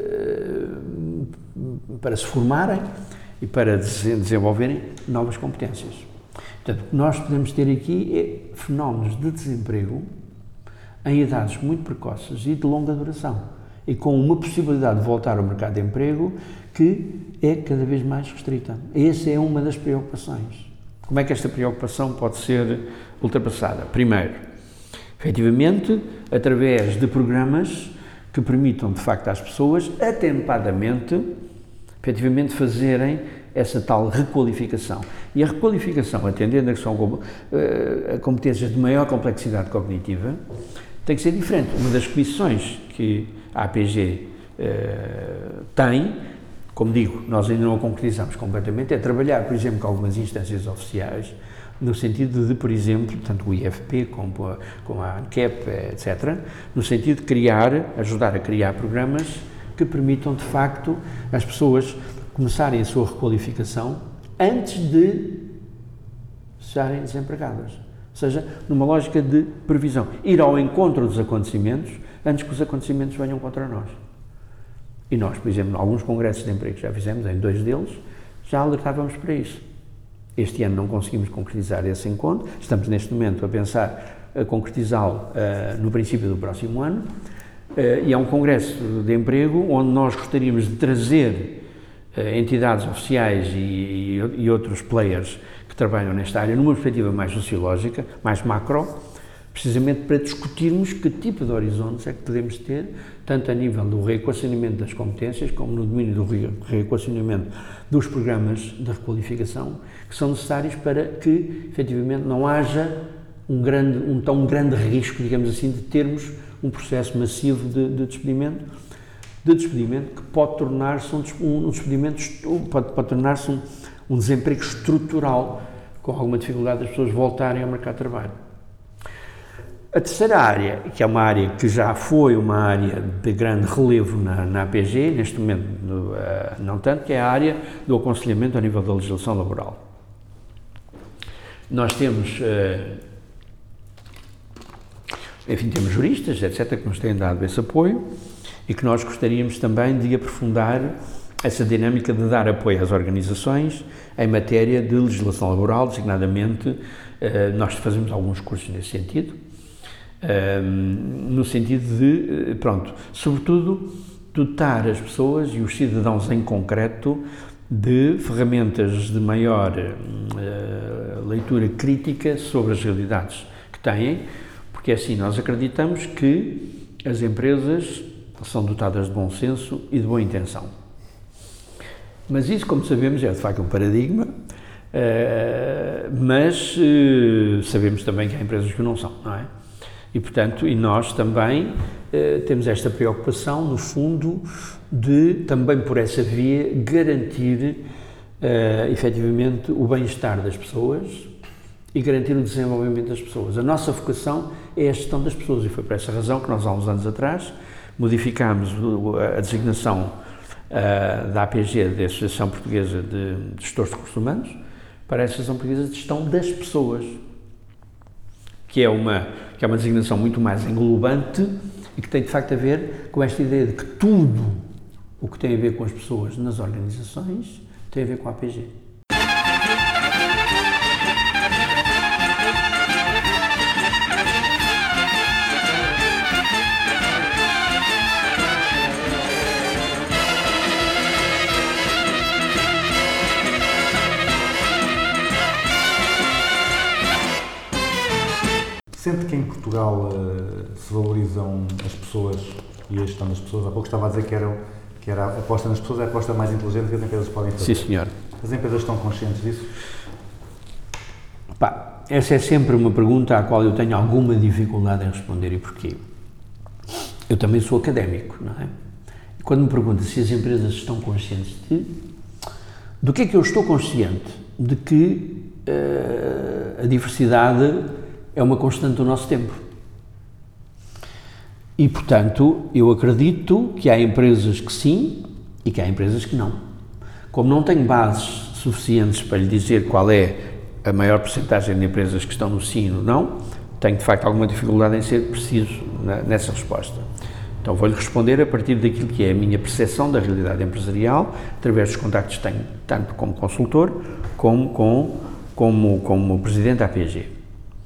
para se formarem e para desenvolverem novas competências. Portanto, o que nós podemos ter aqui é fenómenos de desemprego em idades muito precoces e de longa duração, e com uma possibilidade de voltar ao mercado de emprego que é cada vez mais restrita. Essa é uma das preocupações. Como é que esta preocupação pode ser ultrapassada? Primeiro, efetivamente, através de programas que permitam, de facto, às pessoas, atempadamente, efetivamente, fazerem essa tal requalificação. E a requalificação, atendendo a que são uh, competências de maior complexidade cognitiva, tem que ser diferente. Uma das comissões que a A P G uh, tem, como digo, nós ainda não a concretizamos completamente, é trabalhar, por exemplo, com algumas instâncias oficiais, no sentido de, por exemplo, tanto o I F P como a, como a ANCAP, etcétera, no sentido de criar, ajudar a criar programas que permitam, de facto, as pessoas começarem a sua requalificação antes de estarem desempregadas. seja, numa lógica de previsão. Ir ao encontro dos acontecimentos antes que os acontecimentos venham contra nós. E nós, por exemplo, em alguns congressos de emprego que já fizemos, em dois deles, já alertávamos para isso. Este ano não conseguimos concretizar esse encontro, estamos neste momento a pensar a concretizá-lo uh, no princípio do próximo ano, uh, e é um congresso de emprego onde nós gostaríamos de trazer uh, entidades oficiais e, e, e outros players que trabalham nesta área numa perspectiva mais sociológica, mais macro, precisamente para discutirmos que tipo de horizontes é que podemos ter, tanto a nível do reequacionamento das competências, como no domínio do reequacionamento dos programas de requalificação, que são necessários para que, efetivamente, não haja um, grande, um tão grande risco, digamos assim, de termos um processo massivo de, de despedimento, de despedimento que pode tornar-se um, um despedimento, pode, pode tornar-se um, um desemprego estrutural, com alguma dificuldade das pessoas voltarem ao mercado de trabalho. A terceira área, que é uma área que já foi uma área de grande relevo na, na A P G, neste momento uh, não tanto, que é a área do aconselhamento a nível da legislação laboral. Nós temos, uh, enfim, temos juristas, etcétera, que nos têm dado esse apoio e que nós gostaríamos também de aprofundar essa dinâmica de dar apoio às organizações em matéria de legislação laboral, designadamente, uh, nós fazemos alguns cursos nesse sentido, Um, no sentido de, pronto, sobretudo, dotar as pessoas e os cidadãos em concreto de ferramentas de maior uh, leitura crítica sobre as realidades que têm, porque assim nós acreditamos que as empresas são dotadas de bom senso e de boa intenção. Mas isso, como sabemos, é de facto um paradigma, uh, mas uh, sabemos também que há empresas que não são, não é? E, portanto, e nós também eh, temos esta preocupação, no fundo, de, também por essa via, garantir, eh, efetivamente, o bem-estar das pessoas e garantir o desenvolvimento das pessoas. A nossa vocação é a gestão das pessoas e foi por essa razão que nós, há uns anos atrás, modificámos a designação uh, da A P G, da Associação Portuguesa de Gestores de Recursos Humanos, para a Associação Portuguesa de Gestão das Pessoas, que é uma, que é uma designação muito mais englobante e que tem de facto a ver com esta ideia de que tudo o que tem a ver com as pessoas nas organizações tem a ver com a A P G. Sente que em Portugal uh, se valorizam as pessoas e a gestão das pessoas? Há pouco estava a dizer que era, que era a aposta nas pessoas, é a aposta mais inteligente que as empresas podem fazer. Sim, senhor. As empresas estão conscientes disso? Pá, essa é sempre uma pergunta à qual eu tenho alguma dificuldade em responder. E porquê? Eu também sou académico, não é? E quando me pergunta se as empresas estão conscientes de... Do que é que eu estou consciente? De que uh, a diversidade é uma constante do nosso tempo. E, portanto, eu acredito que há empresas que sim e que há empresas que não. Como não tenho bases suficientes para lhe dizer qual é a maior percentagem de empresas que estão no sim e no não, tenho, de facto, alguma dificuldade em ser preciso nessa resposta. Então, vou-lhe responder a partir daquilo que é a minha percepção da realidade empresarial, através dos contactos que tenho, tanto como consultor, como como, como, como presidente da A P G.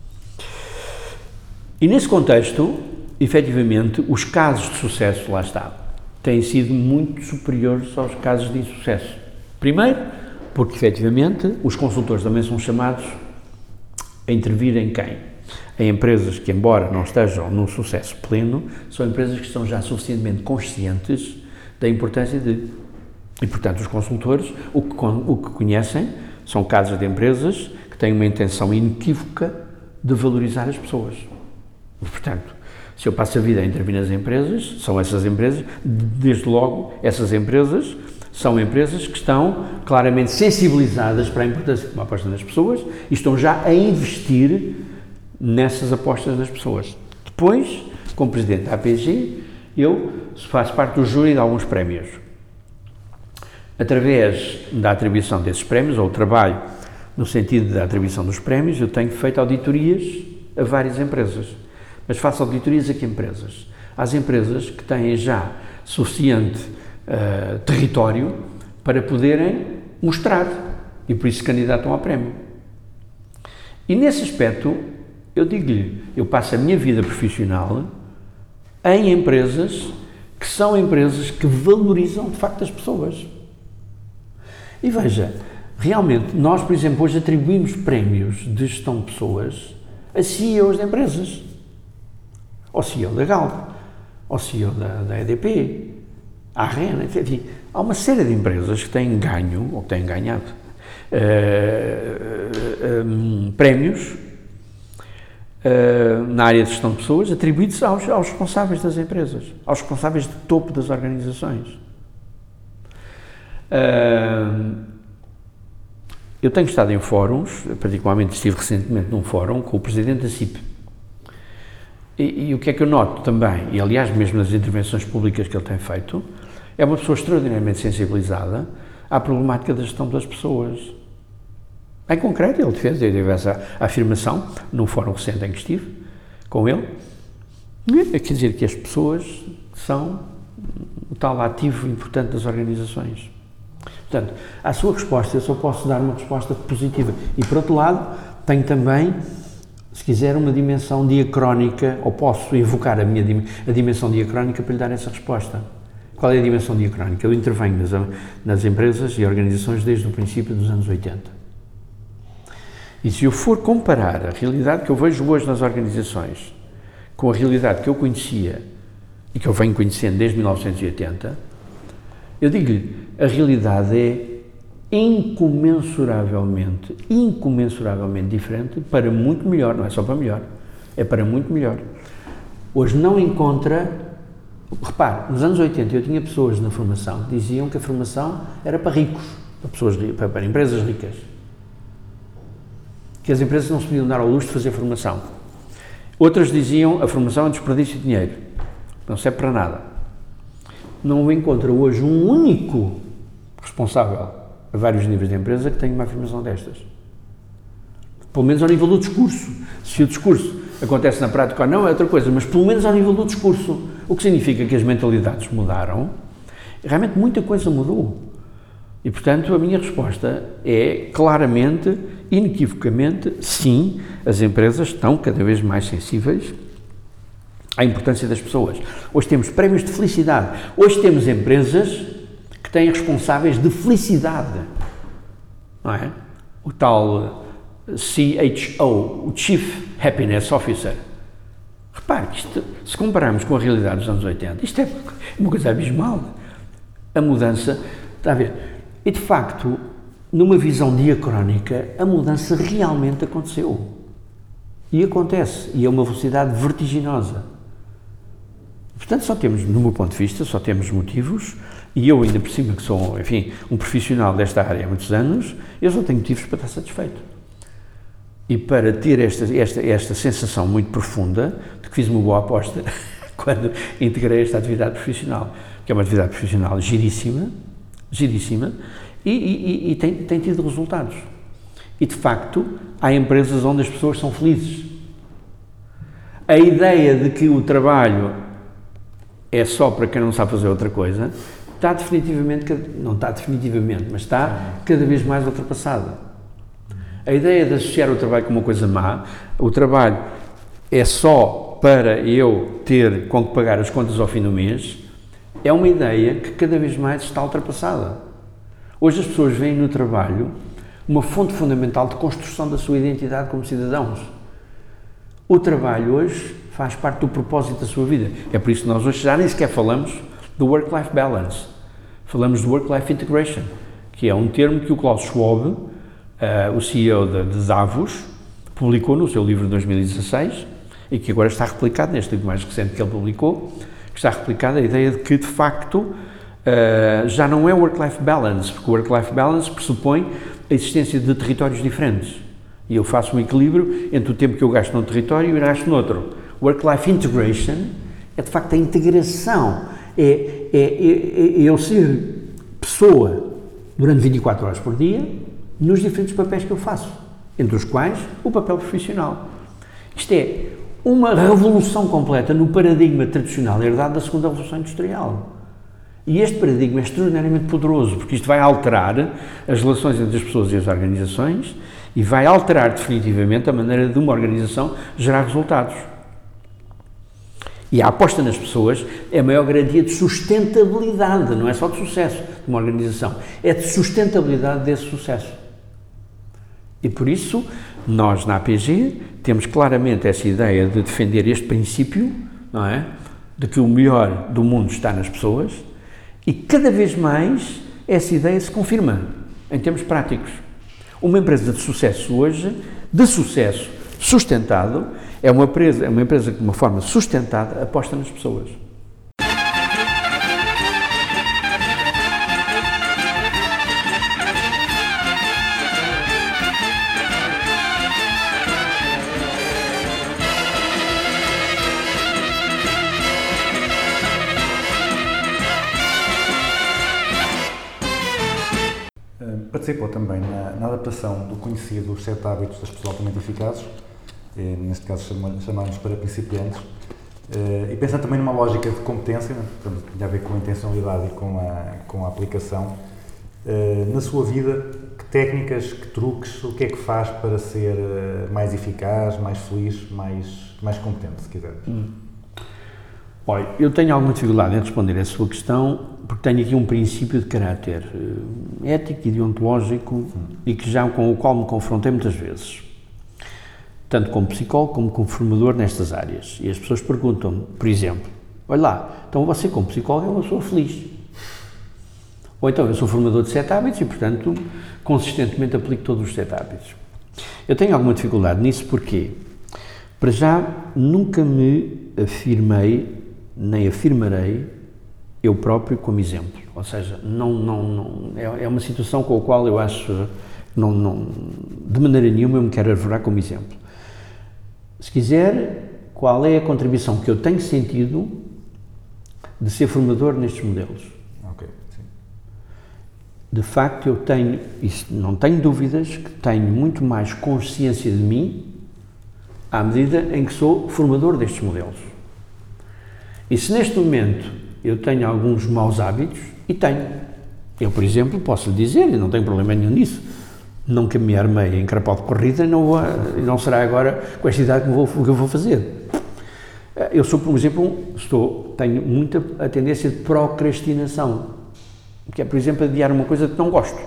E nesse contexto, efetivamente, os casos de sucesso, lá está, têm sido muito superiores aos casos de insucesso. Primeiro, porque efetivamente os consultores também são chamados a intervir em quem? Em empresas que, embora não estejam num sucesso pleno, são empresas que estão já suficientemente conscientes da importância de... E, portanto, os consultores, o que, o que conhecem, são casos de empresas que têm uma intenção inequívoca de valorizar as pessoas. Portanto, se eu passo a vida a intervir nas empresas, são essas empresas, desde logo, essas empresas são empresas que estão claramente sensibilizadas para a importância de uma aposta nas pessoas e estão já a investir nessas apostas nas pessoas. Depois, como presidente da A P G, eu faço parte do júri de alguns prémios. Através da atribuição desses prémios, ou o trabalho no sentido da atribuição dos prémios, eu tenho feito auditorias a várias empresas. Mas faço auditorias a que empresas? Às empresas que têm já suficiente uh, território para poderem mostrar e por isso se candidatam ao prémio. E nesse aspecto, eu digo-lhe, eu passo a minha vida profissional em empresas que são empresas que valorizam de facto as pessoas. E veja, realmente, nós, por exemplo, hoje atribuímos prémios de gestão de pessoas a C E Os de empresas, ao C E O da Galp, ao C E O da, da E D P, à Arena, enfim, há uma série de empresas que têm ganho, ou têm ganhado, uh, um, prémios uh, na área de gestão de pessoas atribuídos aos, aos responsáveis das empresas, aos responsáveis de topo das organizações. Uh, eu tenho estado em fóruns, particularmente estive recentemente num fórum com o presidente da C I P. E, e o que é que eu noto também, e aliás mesmo nas intervenções públicas que ele tem feito, é uma pessoa extraordinariamente sensibilizada à problemática da gestão das pessoas. Em concreto, ele fez, ele teve essa afirmação num fórum recente em que estive com ele, quer dizer que as pessoas são o tal ativo importante das organizações. Portanto, à sua resposta eu só posso dar uma resposta positiva. E por outro lado, tenho também, se quiser, uma dimensão diacrónica, ou posso invocar a minha a dimensão diacrónica para lhe dar essa resposta. Qual é a dimensão diacrónica? Eu intervenho nas, nas empresas e organizações desde o princípio dos anos oitenta. E se eu for comparar a realidade que eu vejo hoje nas organizações com a realidade que eu conhecia e que eu venho conhecendo desde mil novecentos e oitenta, eu digo-lhe, a realidade é incomensuravelmente, incomensuravelmente diferente para muito melhor, não é só para melhor, é para muito melhor. Hoje não encontra, repare, nos anos oitenta eu tinha pessoas na formação que diziam que a formação era para ricos, para, pessoas, para, para empresas ricas, que as empresas não se podiam dar ao luxo de fazer formação. Outras diziam a formação é desperdício de dinheiro, não serve para nada. Não encontra hoje um único responsável a vários níveis de empresa que tenha uma afirmação destas. Pelo menos ao nível do discurso. Se o discurso acontece na prática ou não é outra coisa, mas pelo menos ao nível do discurso. O que significa que as mentalidades mudaram. Realmente muita coisa mudou. E, portanto, a minha resposta é claramente, inequivocamente, sim, as empresas estão cada vez mais sensíveis à importância das pessoas. Hoje temos prémios de felicidade. Hoje temos empresas que têm responsáveis de felicidade, não é? O tal C H O, o Chief Happiness Officer. Repare que isto, se compararmos com a realidade dos anos oitenta, isto é uma coisa abismal. A mudança, está a ver? E de facto, numa visão diacrónica, a mudança realmente aconteceu. E acontece, e é uma velocidade vertiginosa. Portanto, só temos, no meu ponto de vista, só temos motivos, e eu ainda por cima que sou, enfim, um profissional desta área há muitos anos, eu só tenho motivos para estar satisfeito. E para ter esta, esta, esta sensação muito profunda de que fiz uma boa aposta quando integrei esta atividade profissional, que é uma atividade profissional giríssima, giríssima, e, e, e tem, tem tido resultados. E, de facto, há empresas onde as pessoas são felizes. A ideia de que o trabalho é só para quem não sabe fazer outra coisa, está definitivamente, não está definitivamente, mas está cada vez mais ultrapassada. A ideia de associar o trabalho com uma coisa má, o trabalho é só para eu ter com que pagar as contas ao fim do mês, é uma ideia que cada vez mais está ultrapassada. Hoje as pessoas veem no trabalho uma fonte fundamental de construção da sua identidade como cidadãos. O trabalho hoje faz parte do propósito da sua vida. É por isso que nós hoje já nem sequer falamos do work-life balance. Falamos do work-life integration, que é um termo que o Klaus Schwab, uh, o C E O de, de Davos, publicou no seu livro de dois mil e dezasseis e que agora está replicado neste livro mais recente que ele publicou, que está replicada a ideia de que, de facto, uh, já não é work-life balance, porque o work-life balance pressupõe a existência de territórios diferentes. E eu faço um equilíbrio entre o tempo que eu gasto num território e gasto noutro. Work-life integration é, de facto, a integração, é, é, é, é eu ser pessoa durante vinte e quatro horas por dia, nos diferentes papéis que eu faço, entre os quais o papel profissional. Isto é uma revolução completa no paradigma tradicional herdado da segunda Revolução Industrial. E este paradigma é extraordinariamente poderoso, porque isto vai alterar as relações entre as pessoas e as organizações e vai alterar definitivamente a maneira de uma organização gerar resultados. E a aposta nas pessoas é a maior garantia de sustentabilidade, não é só de sucesso de uma organização, é de sustentabilidade desse sucesso. E por isso, nós na A P G temos claramente essa ideia de defender este princípio, não é? De que o melhor do mundo está nas pessoas, e cada vez mais essa ideia se confirma em termos práticos. Uma empresa de sucesso hoje, de sucesso sustentado, é uma empresa, é uma empresa que de uma forma sustentada aposta nas pessoas. Participou também na, na adaptação do conhecido Os Sete Hábitos das Pessoas Altamente Eficazes, eh, neste caso chamámos para principiantes, eh, e pensando também numa lógica de competência, portanto, tem a ver com a intencionalidade e com a, com a aplicação. Eh, na sua vida, que técnicas, que truques, o que é que faz para ser eh, mais eficaz, mais feliz, mais, mais competente, se quiser? Hum. Olha, eu tenho alguma dificuldade em responder a sua questão, porque tenho aqui um princípio de caráter uh, ético e deontológico hum. e que já com o qual me confrontei muitas vezes, tanto como psicólogo como como formador nestas áreas. E as pessoas perguntam-me, por exemplo, olha lá, então você como psicólogo é uma pessoa feliz. Ou então eu sou formador de sete hábitos e, portanto, consistentemente aplico todos os sete hábitos. Eu tenho alguma dificuldade nisso porque, para já, nunca me afirmei, nem afirmarei, eu próprio como exemplo, ou seja, não, não, não, é, é uma situação com a qual eu acho, não, não, de maneira nenhuma eu me quero arvorar como exemplo. Se quiser, qual é a contribuição que eu tenho sentido de ser formador nestes modelos? Ok, sim. De facto, eu tenho, isso, não tenho dúvidas, que tenho muito mais consciência de mim à medida em que sou formador destes modelos. E se neste momento eu tenho alguns maus hábitos, e tenho. Eu, por exemplo, posso lhe dizer, e não tenho problema nenhum nisso, não caminhar meio em carapau de corrida, não, vou, não será agora com esta idade que, vou, que eu vou fazer. Eu sou, por exemplo, estou, tenho muita a tendência de procrastinação, que é, por exemplo, adiar uma coisa que não gosto.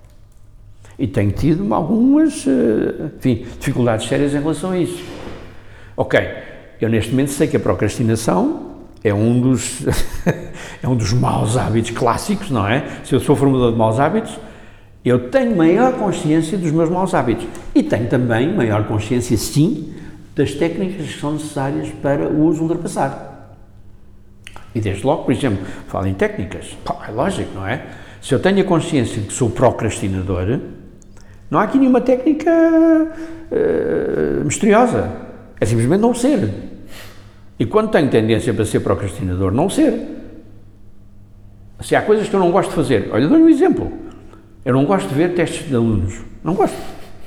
E tenho tido algumas, enfim, dificuldades sérias em relação a isso. Ok, eu neste momento sei que a procrastinação é um dos, é um dos maus hábitos clássicos, não é? Se eu sou formador de maus hábitos, eu tenho maior consciência dos meus maus hábitos e tenho também maior consciência, sim, das técnicas que são necessárias para os ultrapassar. E desde logo, por exemplo, falo em técnicas, pá, é lógico, não é? Se eu tenho a consciência de que sou procrastinador, não há aqui nenhuma técnica uh, misteriosa, é simplesmente não ser. E quando tenho tendência para ser procrastinador, não ser. Se há coisas que eu não gosto de fazer, olha, dou-lhe um exemplo. Eu não gosto de ver testes de alunos. Não gosto.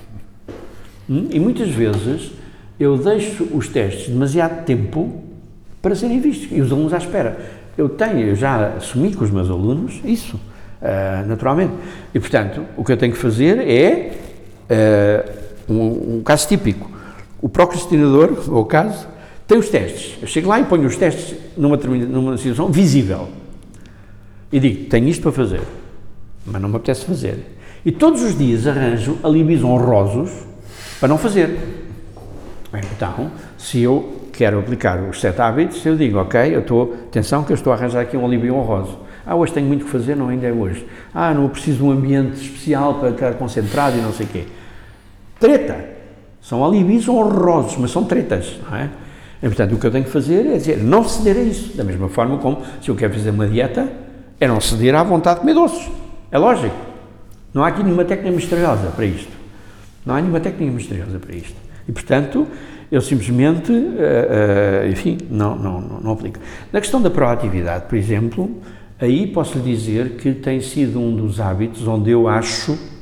Hum? E muitas vezes eu deixo os testes demasiado tempo para serem vistos. E os alunos à espera. Eu tenho, eu já assumi com os meus alunos isso, uh, naturalmente. E, portanto, o que eu tenho que fazer é uh, um, um caso típico. O procrastinador, ou o caso, tem os testes. Eu chego lá e ponho os testes numa, numa situação visível. E digo, tenho isto para fazer, mas não me apetece fazer. E todos os dias arranjo alíbios honrosos para não fazer. Então, se eu quero aplicar os sete hábitos, eu digo, ok, eu estou, atenção que eu estou a arranjar aqui um alívio honroso. Ah, hoje tenho muito que fazer, não, ainda é hoje. Ah, não preciso de um ambiente especial para estar concentrado e não sei o quê. Treta. São alívios honrosos, mas são tretas, não é? E, portanto, o que eu tenho que fazer é dizer, não ceder a isso. Da mesma forma como, se eu quero fazer uma dieta, é não ceder à vontade de comer doces. É lógico. Não há aqui nenhuma técnica misteriosa para isto. Não há nenhuma técnica misteriosa para isto. E, portanto, eu simplesmente, uh, uh, enfim, não, não, não, não aplico. Na questão da proatividade, por exemplo, aí posso lhe dizer que tem sido um dos hábitos onde eu acho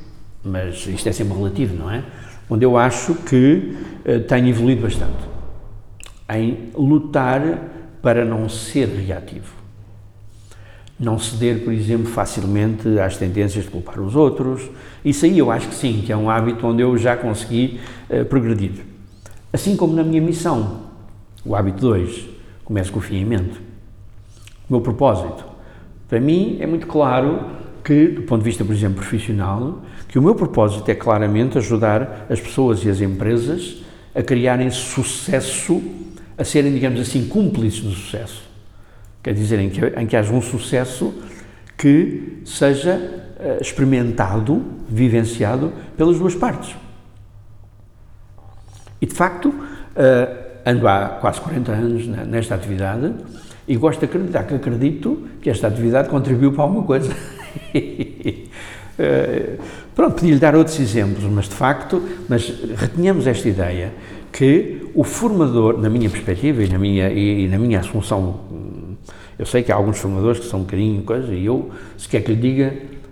mas isto é sempre relativo, não é? Onde eu acho que uh, tenho evoluído bastante em lutar para não ser reativo. Não ceder, por exemplo, facilmente às tendências de culpar os outros. Isso aí eu acho que sim, que é um hábito onde eu já consegui uh, progredir. Assim como na minha missão, o hábito dois, começo com o fim em mente. O meu propósito. Para mim é muito claro que, do ponto de vista, por exemplo, profissional, que o meu propósito é claramente ajudar as pessoas e as empresas a criarem sucesso, a serem, digamos assim, cúmplices do sucesso. Quer dizer, em que, em que haja um sucesso que seja uh, experimentado, vivenciado pelas duas partes. E, de facto, uh, ando há quase quarenta anos nesta atividade e gosto de acreditar que acredito que esta atividade contribuiu para alguma coisa. uh, pronto, podia-lhe dar outros exemplos, mas, de facto, mas retenhamos esta ideia que o formador, na minha perspectiva e na minha, e, e na minha assunção, eu sei que há alguns formadores que são um bocadinho coisa, e eu, se quer que lhe diga,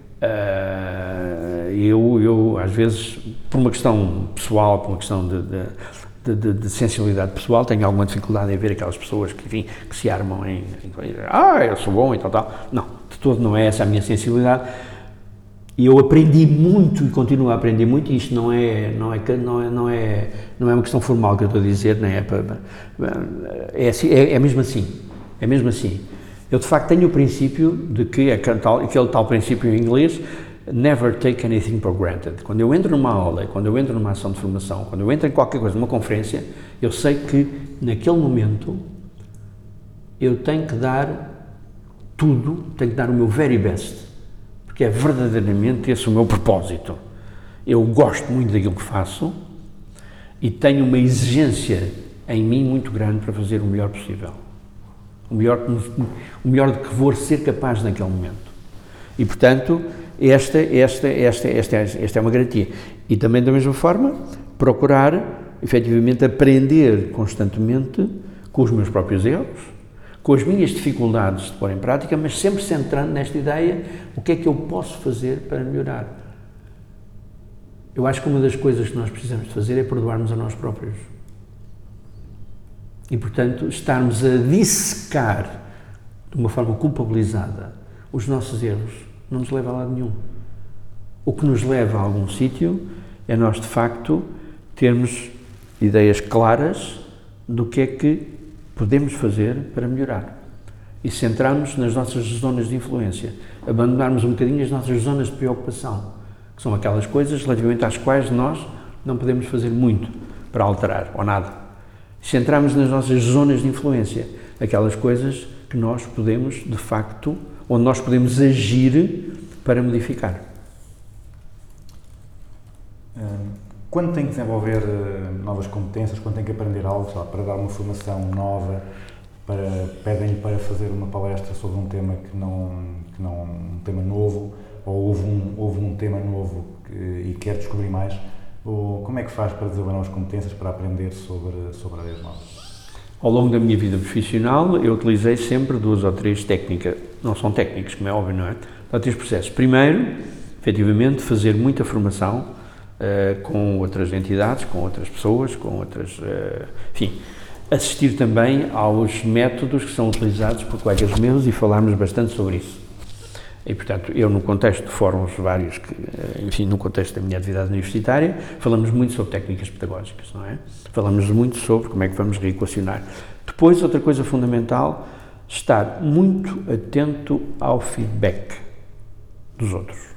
uh, eu, eu, às vezes, por uma questão pessoal, por uma questão de, de, de, de sensibilidade pessoal, tenho alguma dificuldade em ver aquelas pessoas que, enfim, que se armam em, em, ah, eu sou bom e tal, tal. Não, de todo não é essa a minha sensibilidade. E eu aprendi muito e continuo a aprender muito, e isto não é, não é, não é, não é, não é uma questão formal que eu estou a dizer, não é, para, é, assim, é, é mesmo assim, é mesmo assim. Eu, de facto, tenho o princípio de que, aquele tal, aquele tal princípio em inglês, never take anything for granted. Quando eu entro numa aula, quando eu entro numa ação de formação, quando eu entro em qualquer coisa, numa conferência, eu sei que, naquele momento, eu tenho que dar tudo, tenho que dar o meu very best. Porque é verdadeiramente esse o meu propósito. Eu gosto muito daquilo que faço e tenho uma exigência em mim muito grande para fazer o melhor possível. O melhor, o melhor de que vou ser capaz naquele momento. E, portanto, esta, esta, esta, esta, esta é uma garantia. E também, da mesma forma, procurar, efetivamente, aprender constantemente com os meus próprios erros, com as minhas dificuldades de pôr em prática, mas sempre centrando nesta ideia, o que é que eu posso fazer para melhorar. Eu acho que uma das coisas que nós precisamos de fazer é perdoarmos a nós próprios. E, portanto, estarmos a dissecar, de uma forma culpabilizada, os nossos erros, não nos leva a lado nenhum. O que nos leva a algum sítio é nós, de facto, termos ideias claras do que é que podemos fazer para melhorar e centrarmos nas nossas zonas de influência, abandonarmos um bocadinho as nossas zonas de preocupação, que são aquelas coisas relativamente às quais nós não podemos fazer muito para alterar, ou nada. Centrarmos nas nossas zonas de influência, aquelas coisas que nós podemos, de facto, onde nós podemos agir para modificar. Quando tem que desenvolver novas competências, quando tem que aprender algo, sabe, para dar uma formação nova, para, pedem-lhe para fazer uma palestra sobre um tema que não, que não um tema novo, ou houve um, houve um tema novo que, e quer descobrir mais, ou como é que faz para desenvolver novas competências, para aprender sobre, sobre áreas novas? Ao longo da minha vida profissional, eu utilizei sempre duas ou três técnicas, não são técnicas, como é óbvio, não é? Há três processos. Primeiro, efetivamente, fazer muita formação Uh, com outras entidades, com outras pessoas, com outras, uh, enfim, assistir também aos métodos que são utilizados por colegas meus e falarmos bastante sobre isso. E, portanto, eu no contexto de fóruns vários, que, uh, enfim, no contexto da minha atividade universitária, falamos muito sobre técnicas pedagógicas, não é? Falamos muito sobre como é que vamos reequacionar. Depois, outra coisa fundamental, estar muito atento ao feedback dos outros.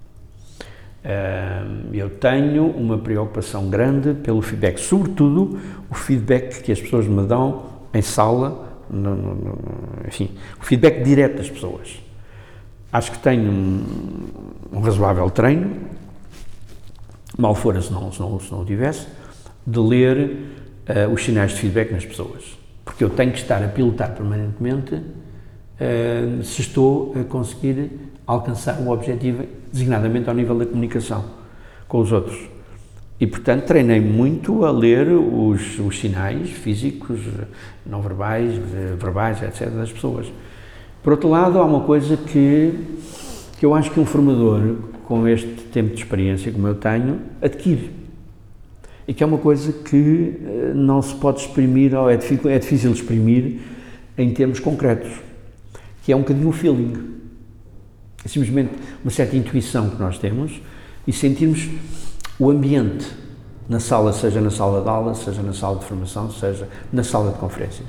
Eu tenho uma preocupação grande pelo feedback, sobretudo o feedback que as pessoas me dão em sala, no, no, no, enfim, o feedback direto das pessoas. Acho que tenho um, um razoável treino, mal fora se não, se não, se não o tivesse, de ler uh, os sinais de feedback nas pessoas, porque eu tenho que estar a pilotar permanentemente uh, se estou a conseguir alcançar o objetivo, designadamente ao nível da comunicação com os outros. E, portanto, treinei muito a ler os, os sinais físicos, não verbais, verbais, etcétera, das pessoas. Por outro lado, há uma coisa que, que eu acho que um formador, com este tempo de experiência, como eu tenho, adquire. E que é uma coisa que não se pode exprimir, ou é difícil, é difícil exprimir em termos concretos, que é um bocadinho o feeling. É simplesmente uma certa intuição que nós temos e sentirmos o ambiente na sala, seja na sala de aula, seja na sala de formação, seja na sala de conferências.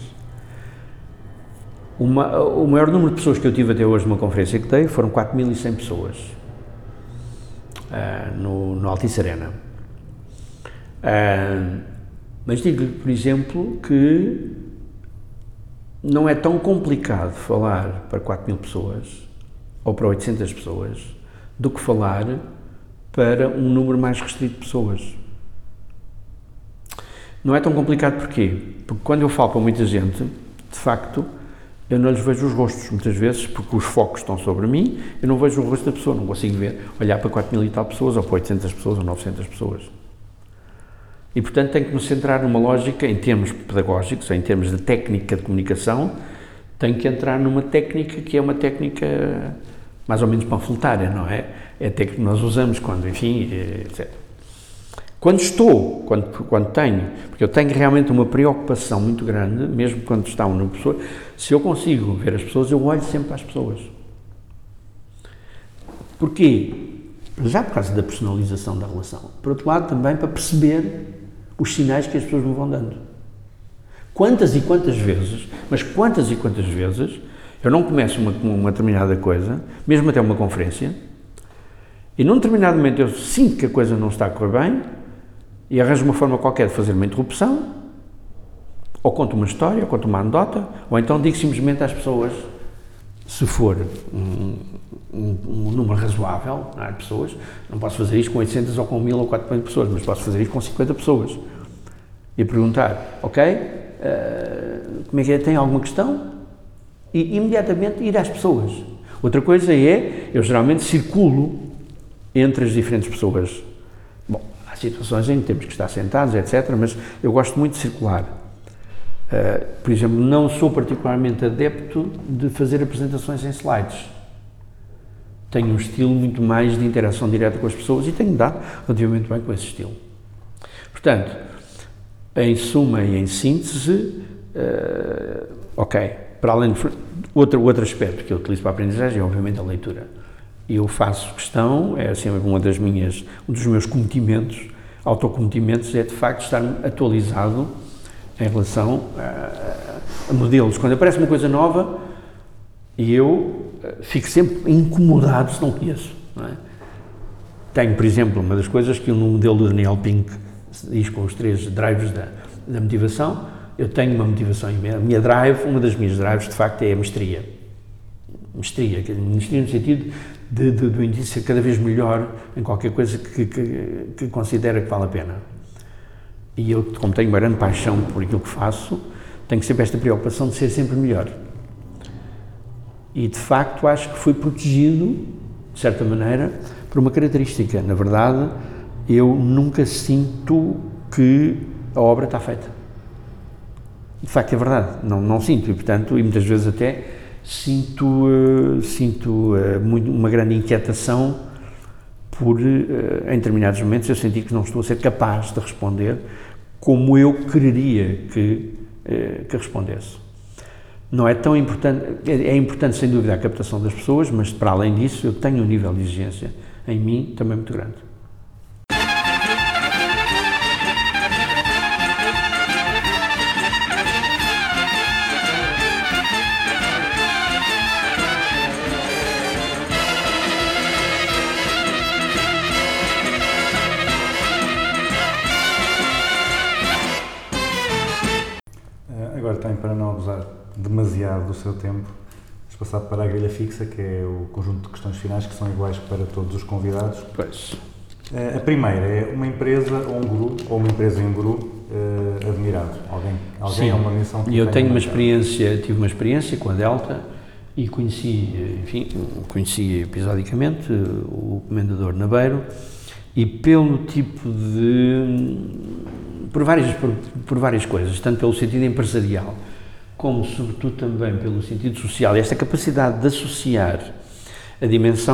Uma, o maior número de pessoas que eu tive até hoje numa conferência que dei foram quatro mil e cem pessoas uh, no, no Altice Arena. Uh, mas digo-lhe, por exemplo, que não é tão complicado falar para quatro mil pessoas ou para oitocentas pessoas do que falar para um número mais restrito de pessoas. Não é tão complicado porquê? Porque quando eu falo para muita gente, de facto, eu não lhes vejo os rostos, muitas vezes, porque os focos estão sobre mim, eu não vejo o rosto da pessoa, não consigo ver, olhar para quatro mil e tal pessoas, ou para oitocentas pessoas, ou novecentas pessoas. E, portanto, tenho que me centrar numa lógica, em termos pedagógicos, em termos de técnica de comunicação, tenho que entrar numa técnica que é uma técnica mais ou menos panfletária, não é? É a técnica que nós usamos quando, enfim, etcétera. Quando estou, quando, quando tenho, porque eu tenho realmente uma preocupação muito grande, mesmo quando está uma pessoa, se eu consigo ver as pessoas, eu olho sempre para as pessoas. Porquê? Já por causa da personalização da relação. Por outro lado, também para perceber os sinais que as pessoas me vão dando. Quantas e quantas vezes, mas quantas e quantas vezes, eu não começo uma, uma determinada coisa, mesmo até uma conferência, e num determinado momento eu sinto que a coisa não está a correr bem, e arranjo uma forma qualquer de fazer uma interrupção, ou conto uma história, ou conto uma anedota, ou então digo simplesmente às pessoas, se for um, um, um número razoável, não é, de pessoas, não posso fazer isto com oitocentas ou com mil ou quatro mil pessoas, mas posso fazer isto com cinquenta pessoas. E perguntar, ok, uh, como é que é, tem alguma questão? E imediatamente ir às pessoas. Outra coisa é, eu geralmente circulo entre as diferentes pessoas. Bom, há situações em que temos que estar sentados, etcétera, mas eu gosto muito de circular. Uh, por exemplo, não sou particularmente adepto de fazer apresentações em slides. Tenho um estilo muito mais de interação direta com as pessoas e tenho dado relativamente bem com esse estilo. Portanto, em suma e em síntese, uh, ok, para além de outro, outro aspecto que eu utilizo para a aprendizagem é obviamente a leitura. Eu faço questão, é assim uma das minhas, um dos meus cometimentos, autocometimentos, é de facto estar atualizado em relação a, a modelos. Quando aparece uma coisa nova, eu fico sempre incomodado se não conheço. Não é? Tenho, por exemplo, uma das coisas que no modelo do Daniel Pink diz com os três drives da, da motivação, eu tenho uma motivação imensa. A minha drive, uma das minhas drives, de facto, é a mestria. Mestria, mestria no sentido de, de, do indivíduo ser cada vez melhor em qualquer coisa que, que, que considera que vale a pena. E eu, como tenho uma grande paixão por aquilo que faço, tenho sempre esta preocupação de ser sempre melhor. E, de facto, acho que fui protegido, de certa maneira, por uma característica. Na verdade, eu nunca sinto que a obra está feita. De facto, é verdade. Não, não sinto. E, portanto, e muitas vezes até sinto, uh, sinto uh, muito, uma grande inquietação por, uh, em determinados momentos, eu senti que não estou a ser capaz de responder como eu quereria que, uh, que respondesse. Não é tão importante, é, é importante sem dúvida a captação das pessoas, mas para além disso eu tenho um nível de exigência em mim também muito grande. Agora também, para não abusar demasiado do seu tempo, vamos passar para a grelha fixa, que é o conjunto de questões finais que são iguais para todos os convidados. Pois. A primeira é uma empresa ou um guru, ou uma empresa e um guru uh, admirado. Alguém, alguém é uma missão que eu tenho uma experiência, tive uma experiência com a Delta e conheci, enfim, conheci episodicamente o comendador Nabeiro e pelo tipo de... por várias, por, por várias coisas, tanto pelo sentido empresarial, como sobretudo também pelo sentido social, esta capacidade de associar a dimensão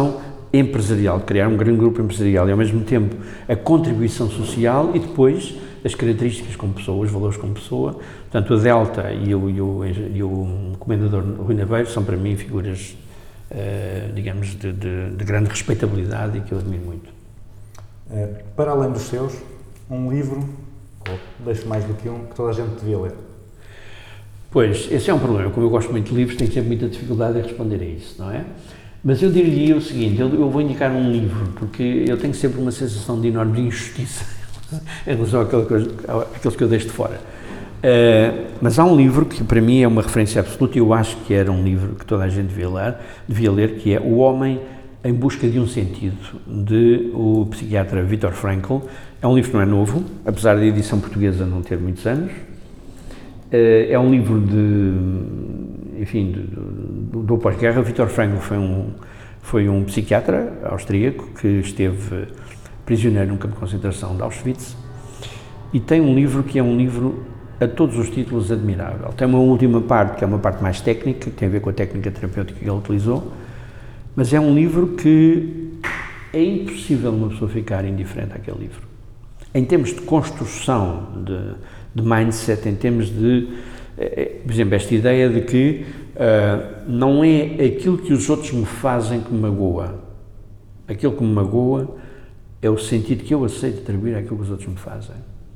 empresarial, de criar um grande grupo empresarial e ao mesmo tempo a contribuição social e depois as características como pessoa, os valores como pessoa. Portanto, a Delta e o, e o, e o comendador Rui Naveiro são para mim figuras, uh, digamos, de, de, de grande respeitabilidade e que eu admiro muito. Uh, para além dos seus, um livro, ou deixo mais do que um, que toda a gente devia ler. Pois, esse é um problema. Como eu gosto muito de livros, tenho sempre muita dificuldade em responder a isso, não é? Mas eu diria o seguinte, eu, eu vou indicar um livro, porque eu tenho sempre uma sensação de enorme injustiça em relação àqueles que eu deixo de fora. Uh, mas há um livro que para mim é uma referência absoluta e eu acho que era um livro que toda a gente devia ler, devia ler, que é O Homem em Busca de um Sentido, de o psiquiatra Viktor Frankl. É um livro que não é novo, apesar da edição portuguesa não ter muitos anos. Uh, é um livro de, enfim, de, do, do pós-guerra. Viktor Frankl foi um, foi um psiquiatra austríaco que esteve prisioneiro num campo de concentração de Auschwitz e tem um livro que é um livro a todos os títulos admirável. Tem uma última parte que é uma parte mais técnica, que tem a ver com a técnica terapêutica que ele utilizou, mas é um livro que é impossível uma pessoa ficar indiferente àquele livro. Em termos de construção de, de mindset, em termos de, por exemplo, esta ideia de que uh, não é aquilo que os outros me fazem que me magoa. Aquilo que me magoa é o sentido que eu aceito atribuir àquilo que os outros me fazem.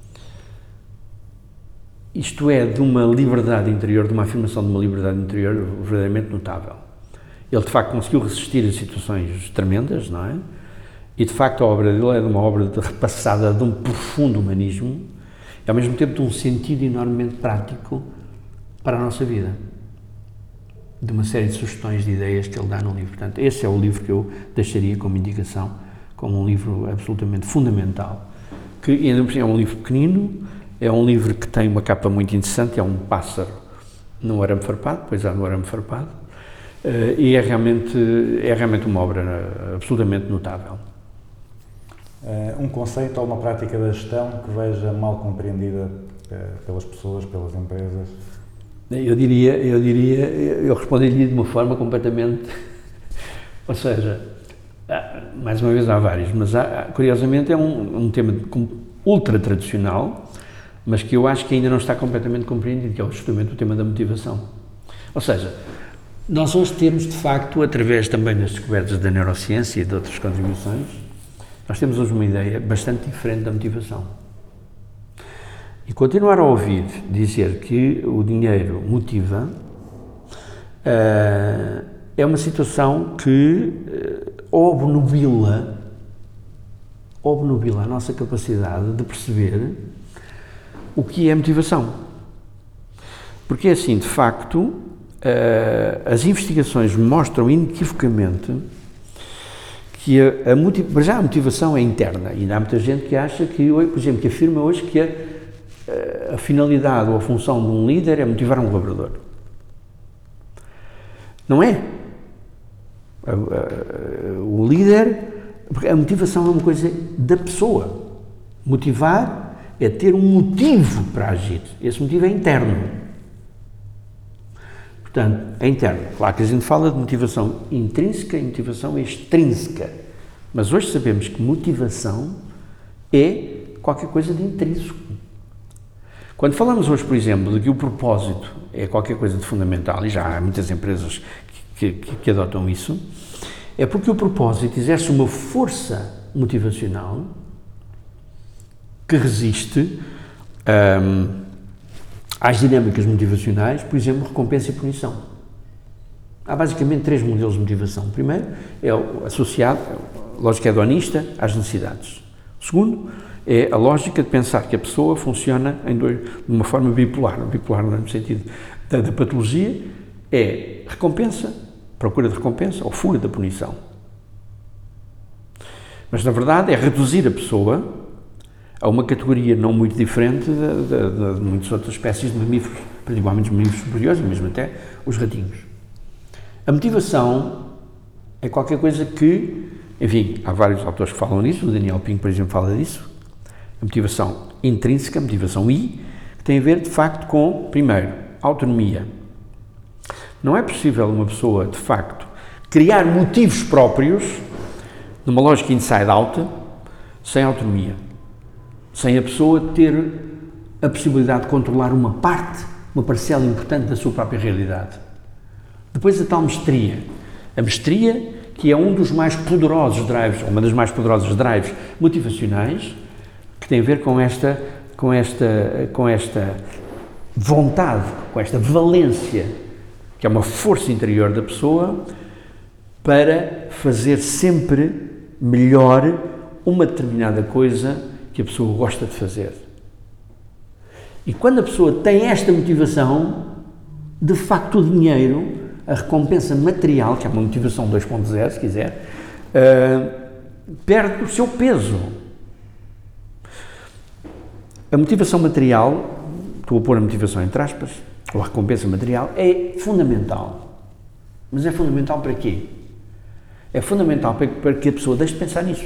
Isto é de uma liberdade interior, de uma afirmação de uma liberdade interior verdadeiramente notável. Ele, de facto, conseguiu resistir a situações tremendas, não é? E, de facto, a obra dele é de uma obra de repassada de um profundo humanismo e, ao mesmo tempo, de um sentido enormemente prático para a nossa vida. De uma série de sugestões, de ideias que ele dá no livro. Portanto, esse é o livro que eu deixaria como indicação, como um livro absolutamente fundamental, que ainda é um livro pequenino, é um livro que tem uma capa muito interessante, é um pássaro num arame farpado, pois há no arame farpado, e é realmente, é realmente uma obra absolutamente notável. Um conceito ou uma prática da gestão que veja mal compreendida pelas pessoas, pelas empresas? Eu diria, eu diria, eu responderia de uma forma completamente, ou seja, mais uma vez há vários, mas há, curiosamente é um, um tema ultra tradicional, mas que eu acho que ainda não está completamente compreendido, que é justamente o tema da motivação. Ou seja, nós hoje temos de facto, através também das descobertas da neurociência e de outras contribuições, nós temos hoje uma ideia bastante diferente da motivação. E continuar a ouvir dizer que o dinheiro motiva uh, é uma situação que uh, obnubila, obnubila a nossa capacidade de perceber o que é motivação. Porque, assim, de facto, uh, as investigações mostram inequivocamente que a, a, motiv- já a motivação é interna. E ainda há muita gente que acha que, por exemplo, que afirma hoje que a, a finalidade ou a função de um líder é motivar um colaborador. Não é. A, a, o líder, porque a motivação é uma coisa da pessoa. Motivar é ter um motivo para agir. Esse motivo é interno. Portanto, é interno. Claro que a gente fala de motivação intrínseca e motivação extrínseca. Mas hoje sabemos que motivação é qualquer coisa de intrínseco. Quando falamos hoje, por exemplo, de que o propósito é qualquer coisa de fundamental, e já há muitas empresas que, que, que adotam isso, é porque o propósito exerce uma força motivacional que resiste um, às dinâmicas motivacionais, por exemplo, recompensa e punição. Há basicamente três modelos de motivação. O primeiro é associado, a lógica hedonista, às necessidades. O segundo é a lógica de pensar que a pessoa funciona em dois, de uma forma bipolar. Bipolar no sentido da, da patologia é recompensa, procura de recompensa ou fuga da punição. Mas, na verdade, é reduzir a pessoa a uma categoria não muito diferente de, de, de, de muitas outras espécies de mamíferos, principalmente os mamíferos superiores e mesmo até os ratinhos. A motivação é qualquer coisa que, enfim, há vários autores que falam nisso, o Daniel Pink, por exemplo, fala disso. A motivação intrínseca, a motivação I, que tem a ver, de facto, com, primeiro, autonomia. Não é possível uma pessoa, de facto, criar motivos próprios numa lógica inside-out, sem autonomia, sem a pessoa ter a possibilidade de controlar uma parte, uma parcela importante da sua própria realidade. Depois a tal mestria. A mestria, que é um dos mais poderosos drives, ou uma das mais poderosas drives motivacionais, que tem a ver com esta, com esta, com esta vontade, com esta valência, que é uma força interior da pessoa, para fazer sempre melhor uma determinada coisa que a pessoa gosta de fazer. E quando a pessoa tem esta motivação, de facto o dinheiro, a recompensa material, que é uma motivação dois ponto zero, se quiser, uh, perde o seu peso. A motivação material, estou a pôr a motivação entre aspas, ou a recompensa material, é fundamental. Mas é fundamental para quê? É fundamental para, para que a pessoa deixe de pensar nisso.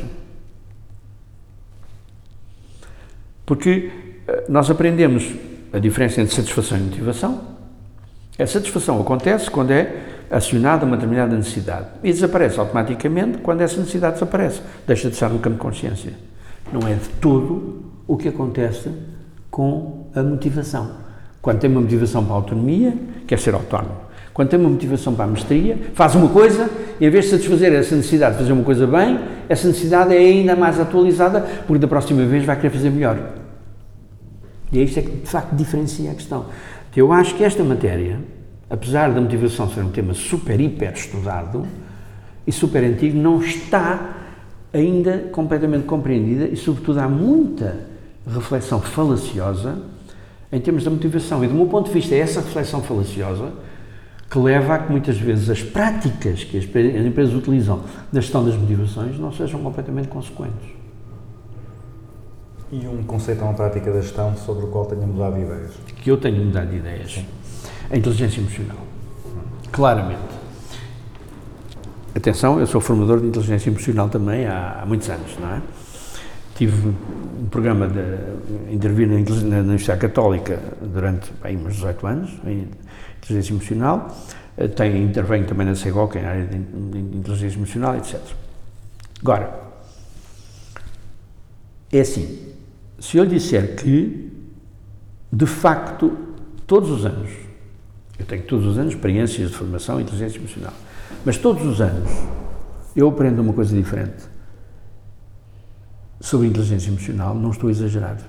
Porque uh, nós aprendemos a diferença entre satisfação e motivação. A satisfação acontece quando é acionada uma determinada necessidade e desaparece automaticamente quando essa necessidade desaparece, deixa de estar no campo de consciência. Não é de todo o que acontece com a motivação. Quando tem uma motivação para a autonomia, quer ser autónomo. Quando tem uma motivação para a mestria, faz uma coisa e, em vez de satisfazer essa necessidade de fazer uma coisa bem, essa necessidade é ainda mais atualizada porque da próxima vez vai querer fazer melhor. E é isto é que, de facto, diferencia a questão. Eu acho que esta matéria, apesar da motivação ser um tema super, hiper estudado e super antigo, não está ainda completamente compreendida e, sobretudo, há muita reflexão falaciosa em termos da motivação. E, do meu ponto de vista, é essa reflexão falaciosa que leva a que, muitas vezes, as práticas que as empresas utilizam na gestão das motivações não sejam completamente consequentes. E um conceito ou uma prática da gestão sobre o qual tenha mudado de ideias? Que eu tenho mudado de ideias. Sim. A inteligência emocional. Claramente. Atenção, eu sou formador de inteligência emocional também há, há muitos anos, não é? Tive um programa de intervir na, na Universidade Católica durante bem, uns dezoito anos, em inteligência emocional. Tenho, intervenho também na CEGOC, em área de, de inteligência emocional, etcétera. Agora, é assim. Se eu lhe disser que, de facto, todos os anos, eu tenho todos os anos experiências de formação em inteligência emocional, mas todos os anos eu aprendo uma coisa diferente sobre inteligência emocional, não estou a exagerar.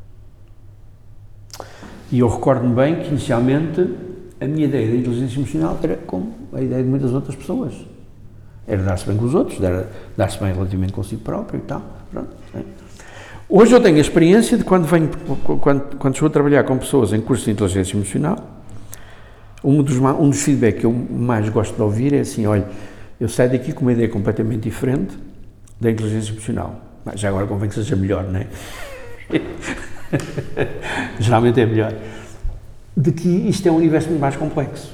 E eu recordo-me bem que, inicialmente, a minha ideia da inteligência emocional era como a ideia de muitas outras pessoas. Era dar-se bem com os outros, era dar-se bem relativamente consigo próprio e tal. Pronto, sim. Hoje eu tenho a experiência de quando venho, quando, quando estou a trabalhar com pessoas em cursos de inteligência emocional, um dos, um dos feedbacks que eu mais gosto de ouvir é assim, olha, eu saio daqui com uma ideia completamente diferente da inteligência emocional. Mas já agora convém que seja melhor, não é? Geralmente é melhor. De que isto é um universo muito mais complexo.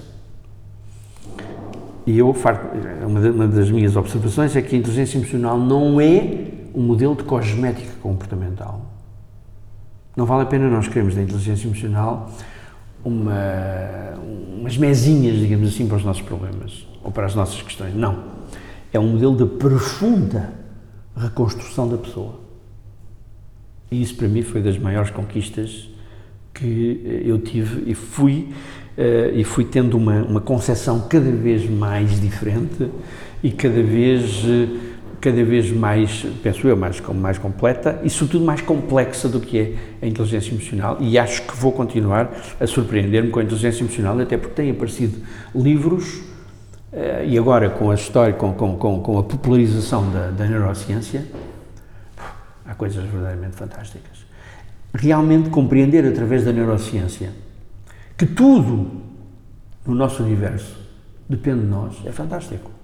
E eu, uma das minhas observações é que a inteligência emocional não é um modelo de cosmética comportamental. Não vale a pena nós queremos da inteligência emocional uma, umas mesinhas, digamos assim, para os nossos problemas ou para as nossas questões. Não. É um modelo de profunda reconstrução da pessoa. E isso, para mim, foi das maiores conquistas que eu tive e fui, uh, e fui tendo uma, uma concepção cada vez mais diferente e cada vez... Uh, cada vez mais, penso eu, mais, mais completa e, sobretudo, mais complexa do que é a inteligência emocional, e acho que vou continuar a surpreender-me com a inteligência emocional, até porque têm aparecido livros, uh, e agora com a história, com, com, com, com a popularização da, da neurociência, há coisas verdadeiramente fantásticas. Realmente compreender através da neurociência que tudo no nosso universo depende de nós é fantástico.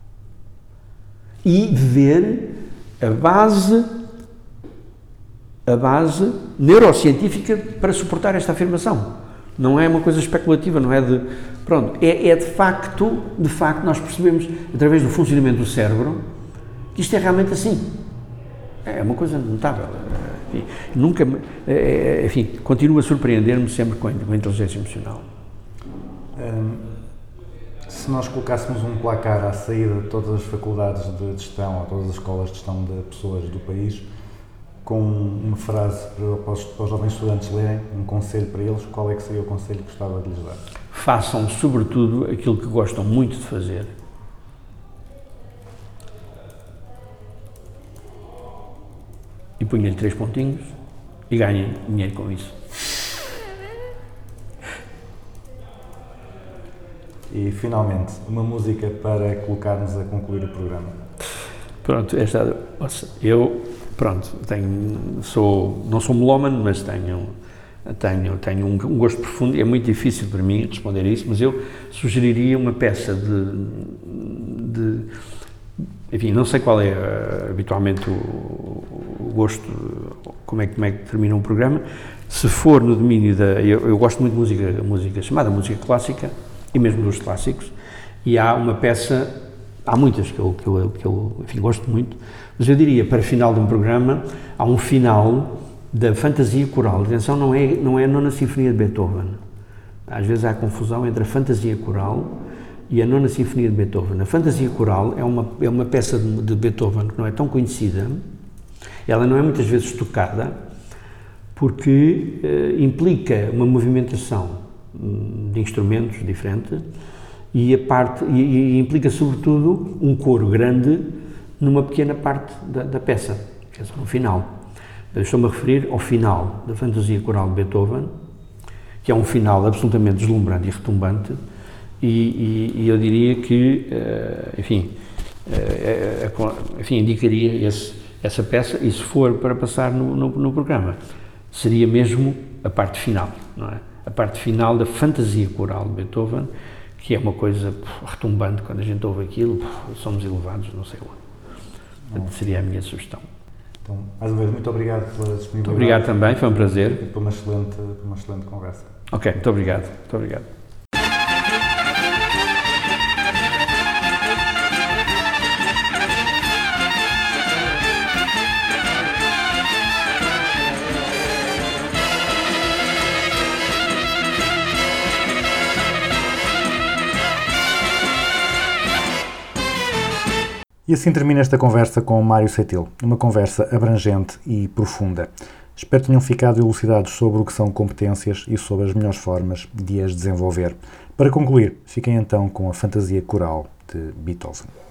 E ver a base, a base neurocientífica para suportar esta afirmação. Não é uma coisa especulativa, não é de... Pronto, é, é de facto, de facto, nós percebemos, através do funcionamento do cérebro, que isto é realmente assim. É uma coisa notável. Enfim, nunca... Enfim, continuo a surpreender-me sempre com a inteligência emocional. Hum, se nós colocássemos um placar à saída de todas as faculdades de gestão, ou todas as escolas de gestão de pessoas do país, com uma frase para os, para os jovens estudantes lerem, um conselho para eles, qual é que seria o conselho que gostava de lhes dar? Façam, sobretudo, aquilo que gostam muito de fazer. E ponham-lhe três pontinhos e ganhem dinheiro com isso. E, finalmente, uma música para colocar-nos a concluir o programa. Pronto, esta, eu, pronto, tenho, sou, não sou melómano, mas tenho, tenho, tenho um, um gosto profundo. É muito difícil para mim responder a isso, mas eu sugeriria uma peça de, de enfim, não sei qual é uh, habitualmente o, o gosto, como é, como é que termina um programa. Se for no domínio da, eu, eu gosto muito de música, música chamada música clássica, e mesmo dos clássicos, e há uma peça, há muitas que eu, que eu, que eu enfim, gosto muito, mas eu diria, para o final de um programa, há um final da fantasia coral. Atenção, não é, não é a nona sinfonia de Beethoven. Às vezes há confusão entre a fantasia coral e a nona sinfonia de Beethoven. A fantasia coral é uma, é uma peça de, de Beethoven que não é tão conhecida, ela não é muitas vezes tocada, porque eh, implica uma movimentação de instrumentos diferente e, a parte, e, e implica sobretudo um coro grande numa pequena parte da, da peça, quer dizer, no final. Eu estou-me a referir ao final da fantasia coral de Beethoven, que é um final absolutamente deslumbrante e retumbante, e, e, e eu diria que, uh, enfim, uh, enfim, indicaria esse, essa peça, e se for para passar no, no, no programa, seria mesmo a parte final, não é? A parte final da fantasia coral de Beethoven, que é uma coisa puf, retumbante. Quando a gente ouve aquilo, puf, somos elevados, não sei onde. Portanto, seria a minha sugestão. Então, mais uma vez, muito obrigado pela disponibilidade. Muito obrigado também, foi um prazer. E por uma excelente, por uma excelente conversa. Ok, muito obrigado. Muito obrigado. E assim termina esta conversa com o Mário Seitil, uma conversa abrangente e profunda. Espero que tenham ficado elucidados sobre o que são competências e sobre as melhores formas de as desenvolver. Para concluir, fiquem então com a fantasia coral de Beethoven.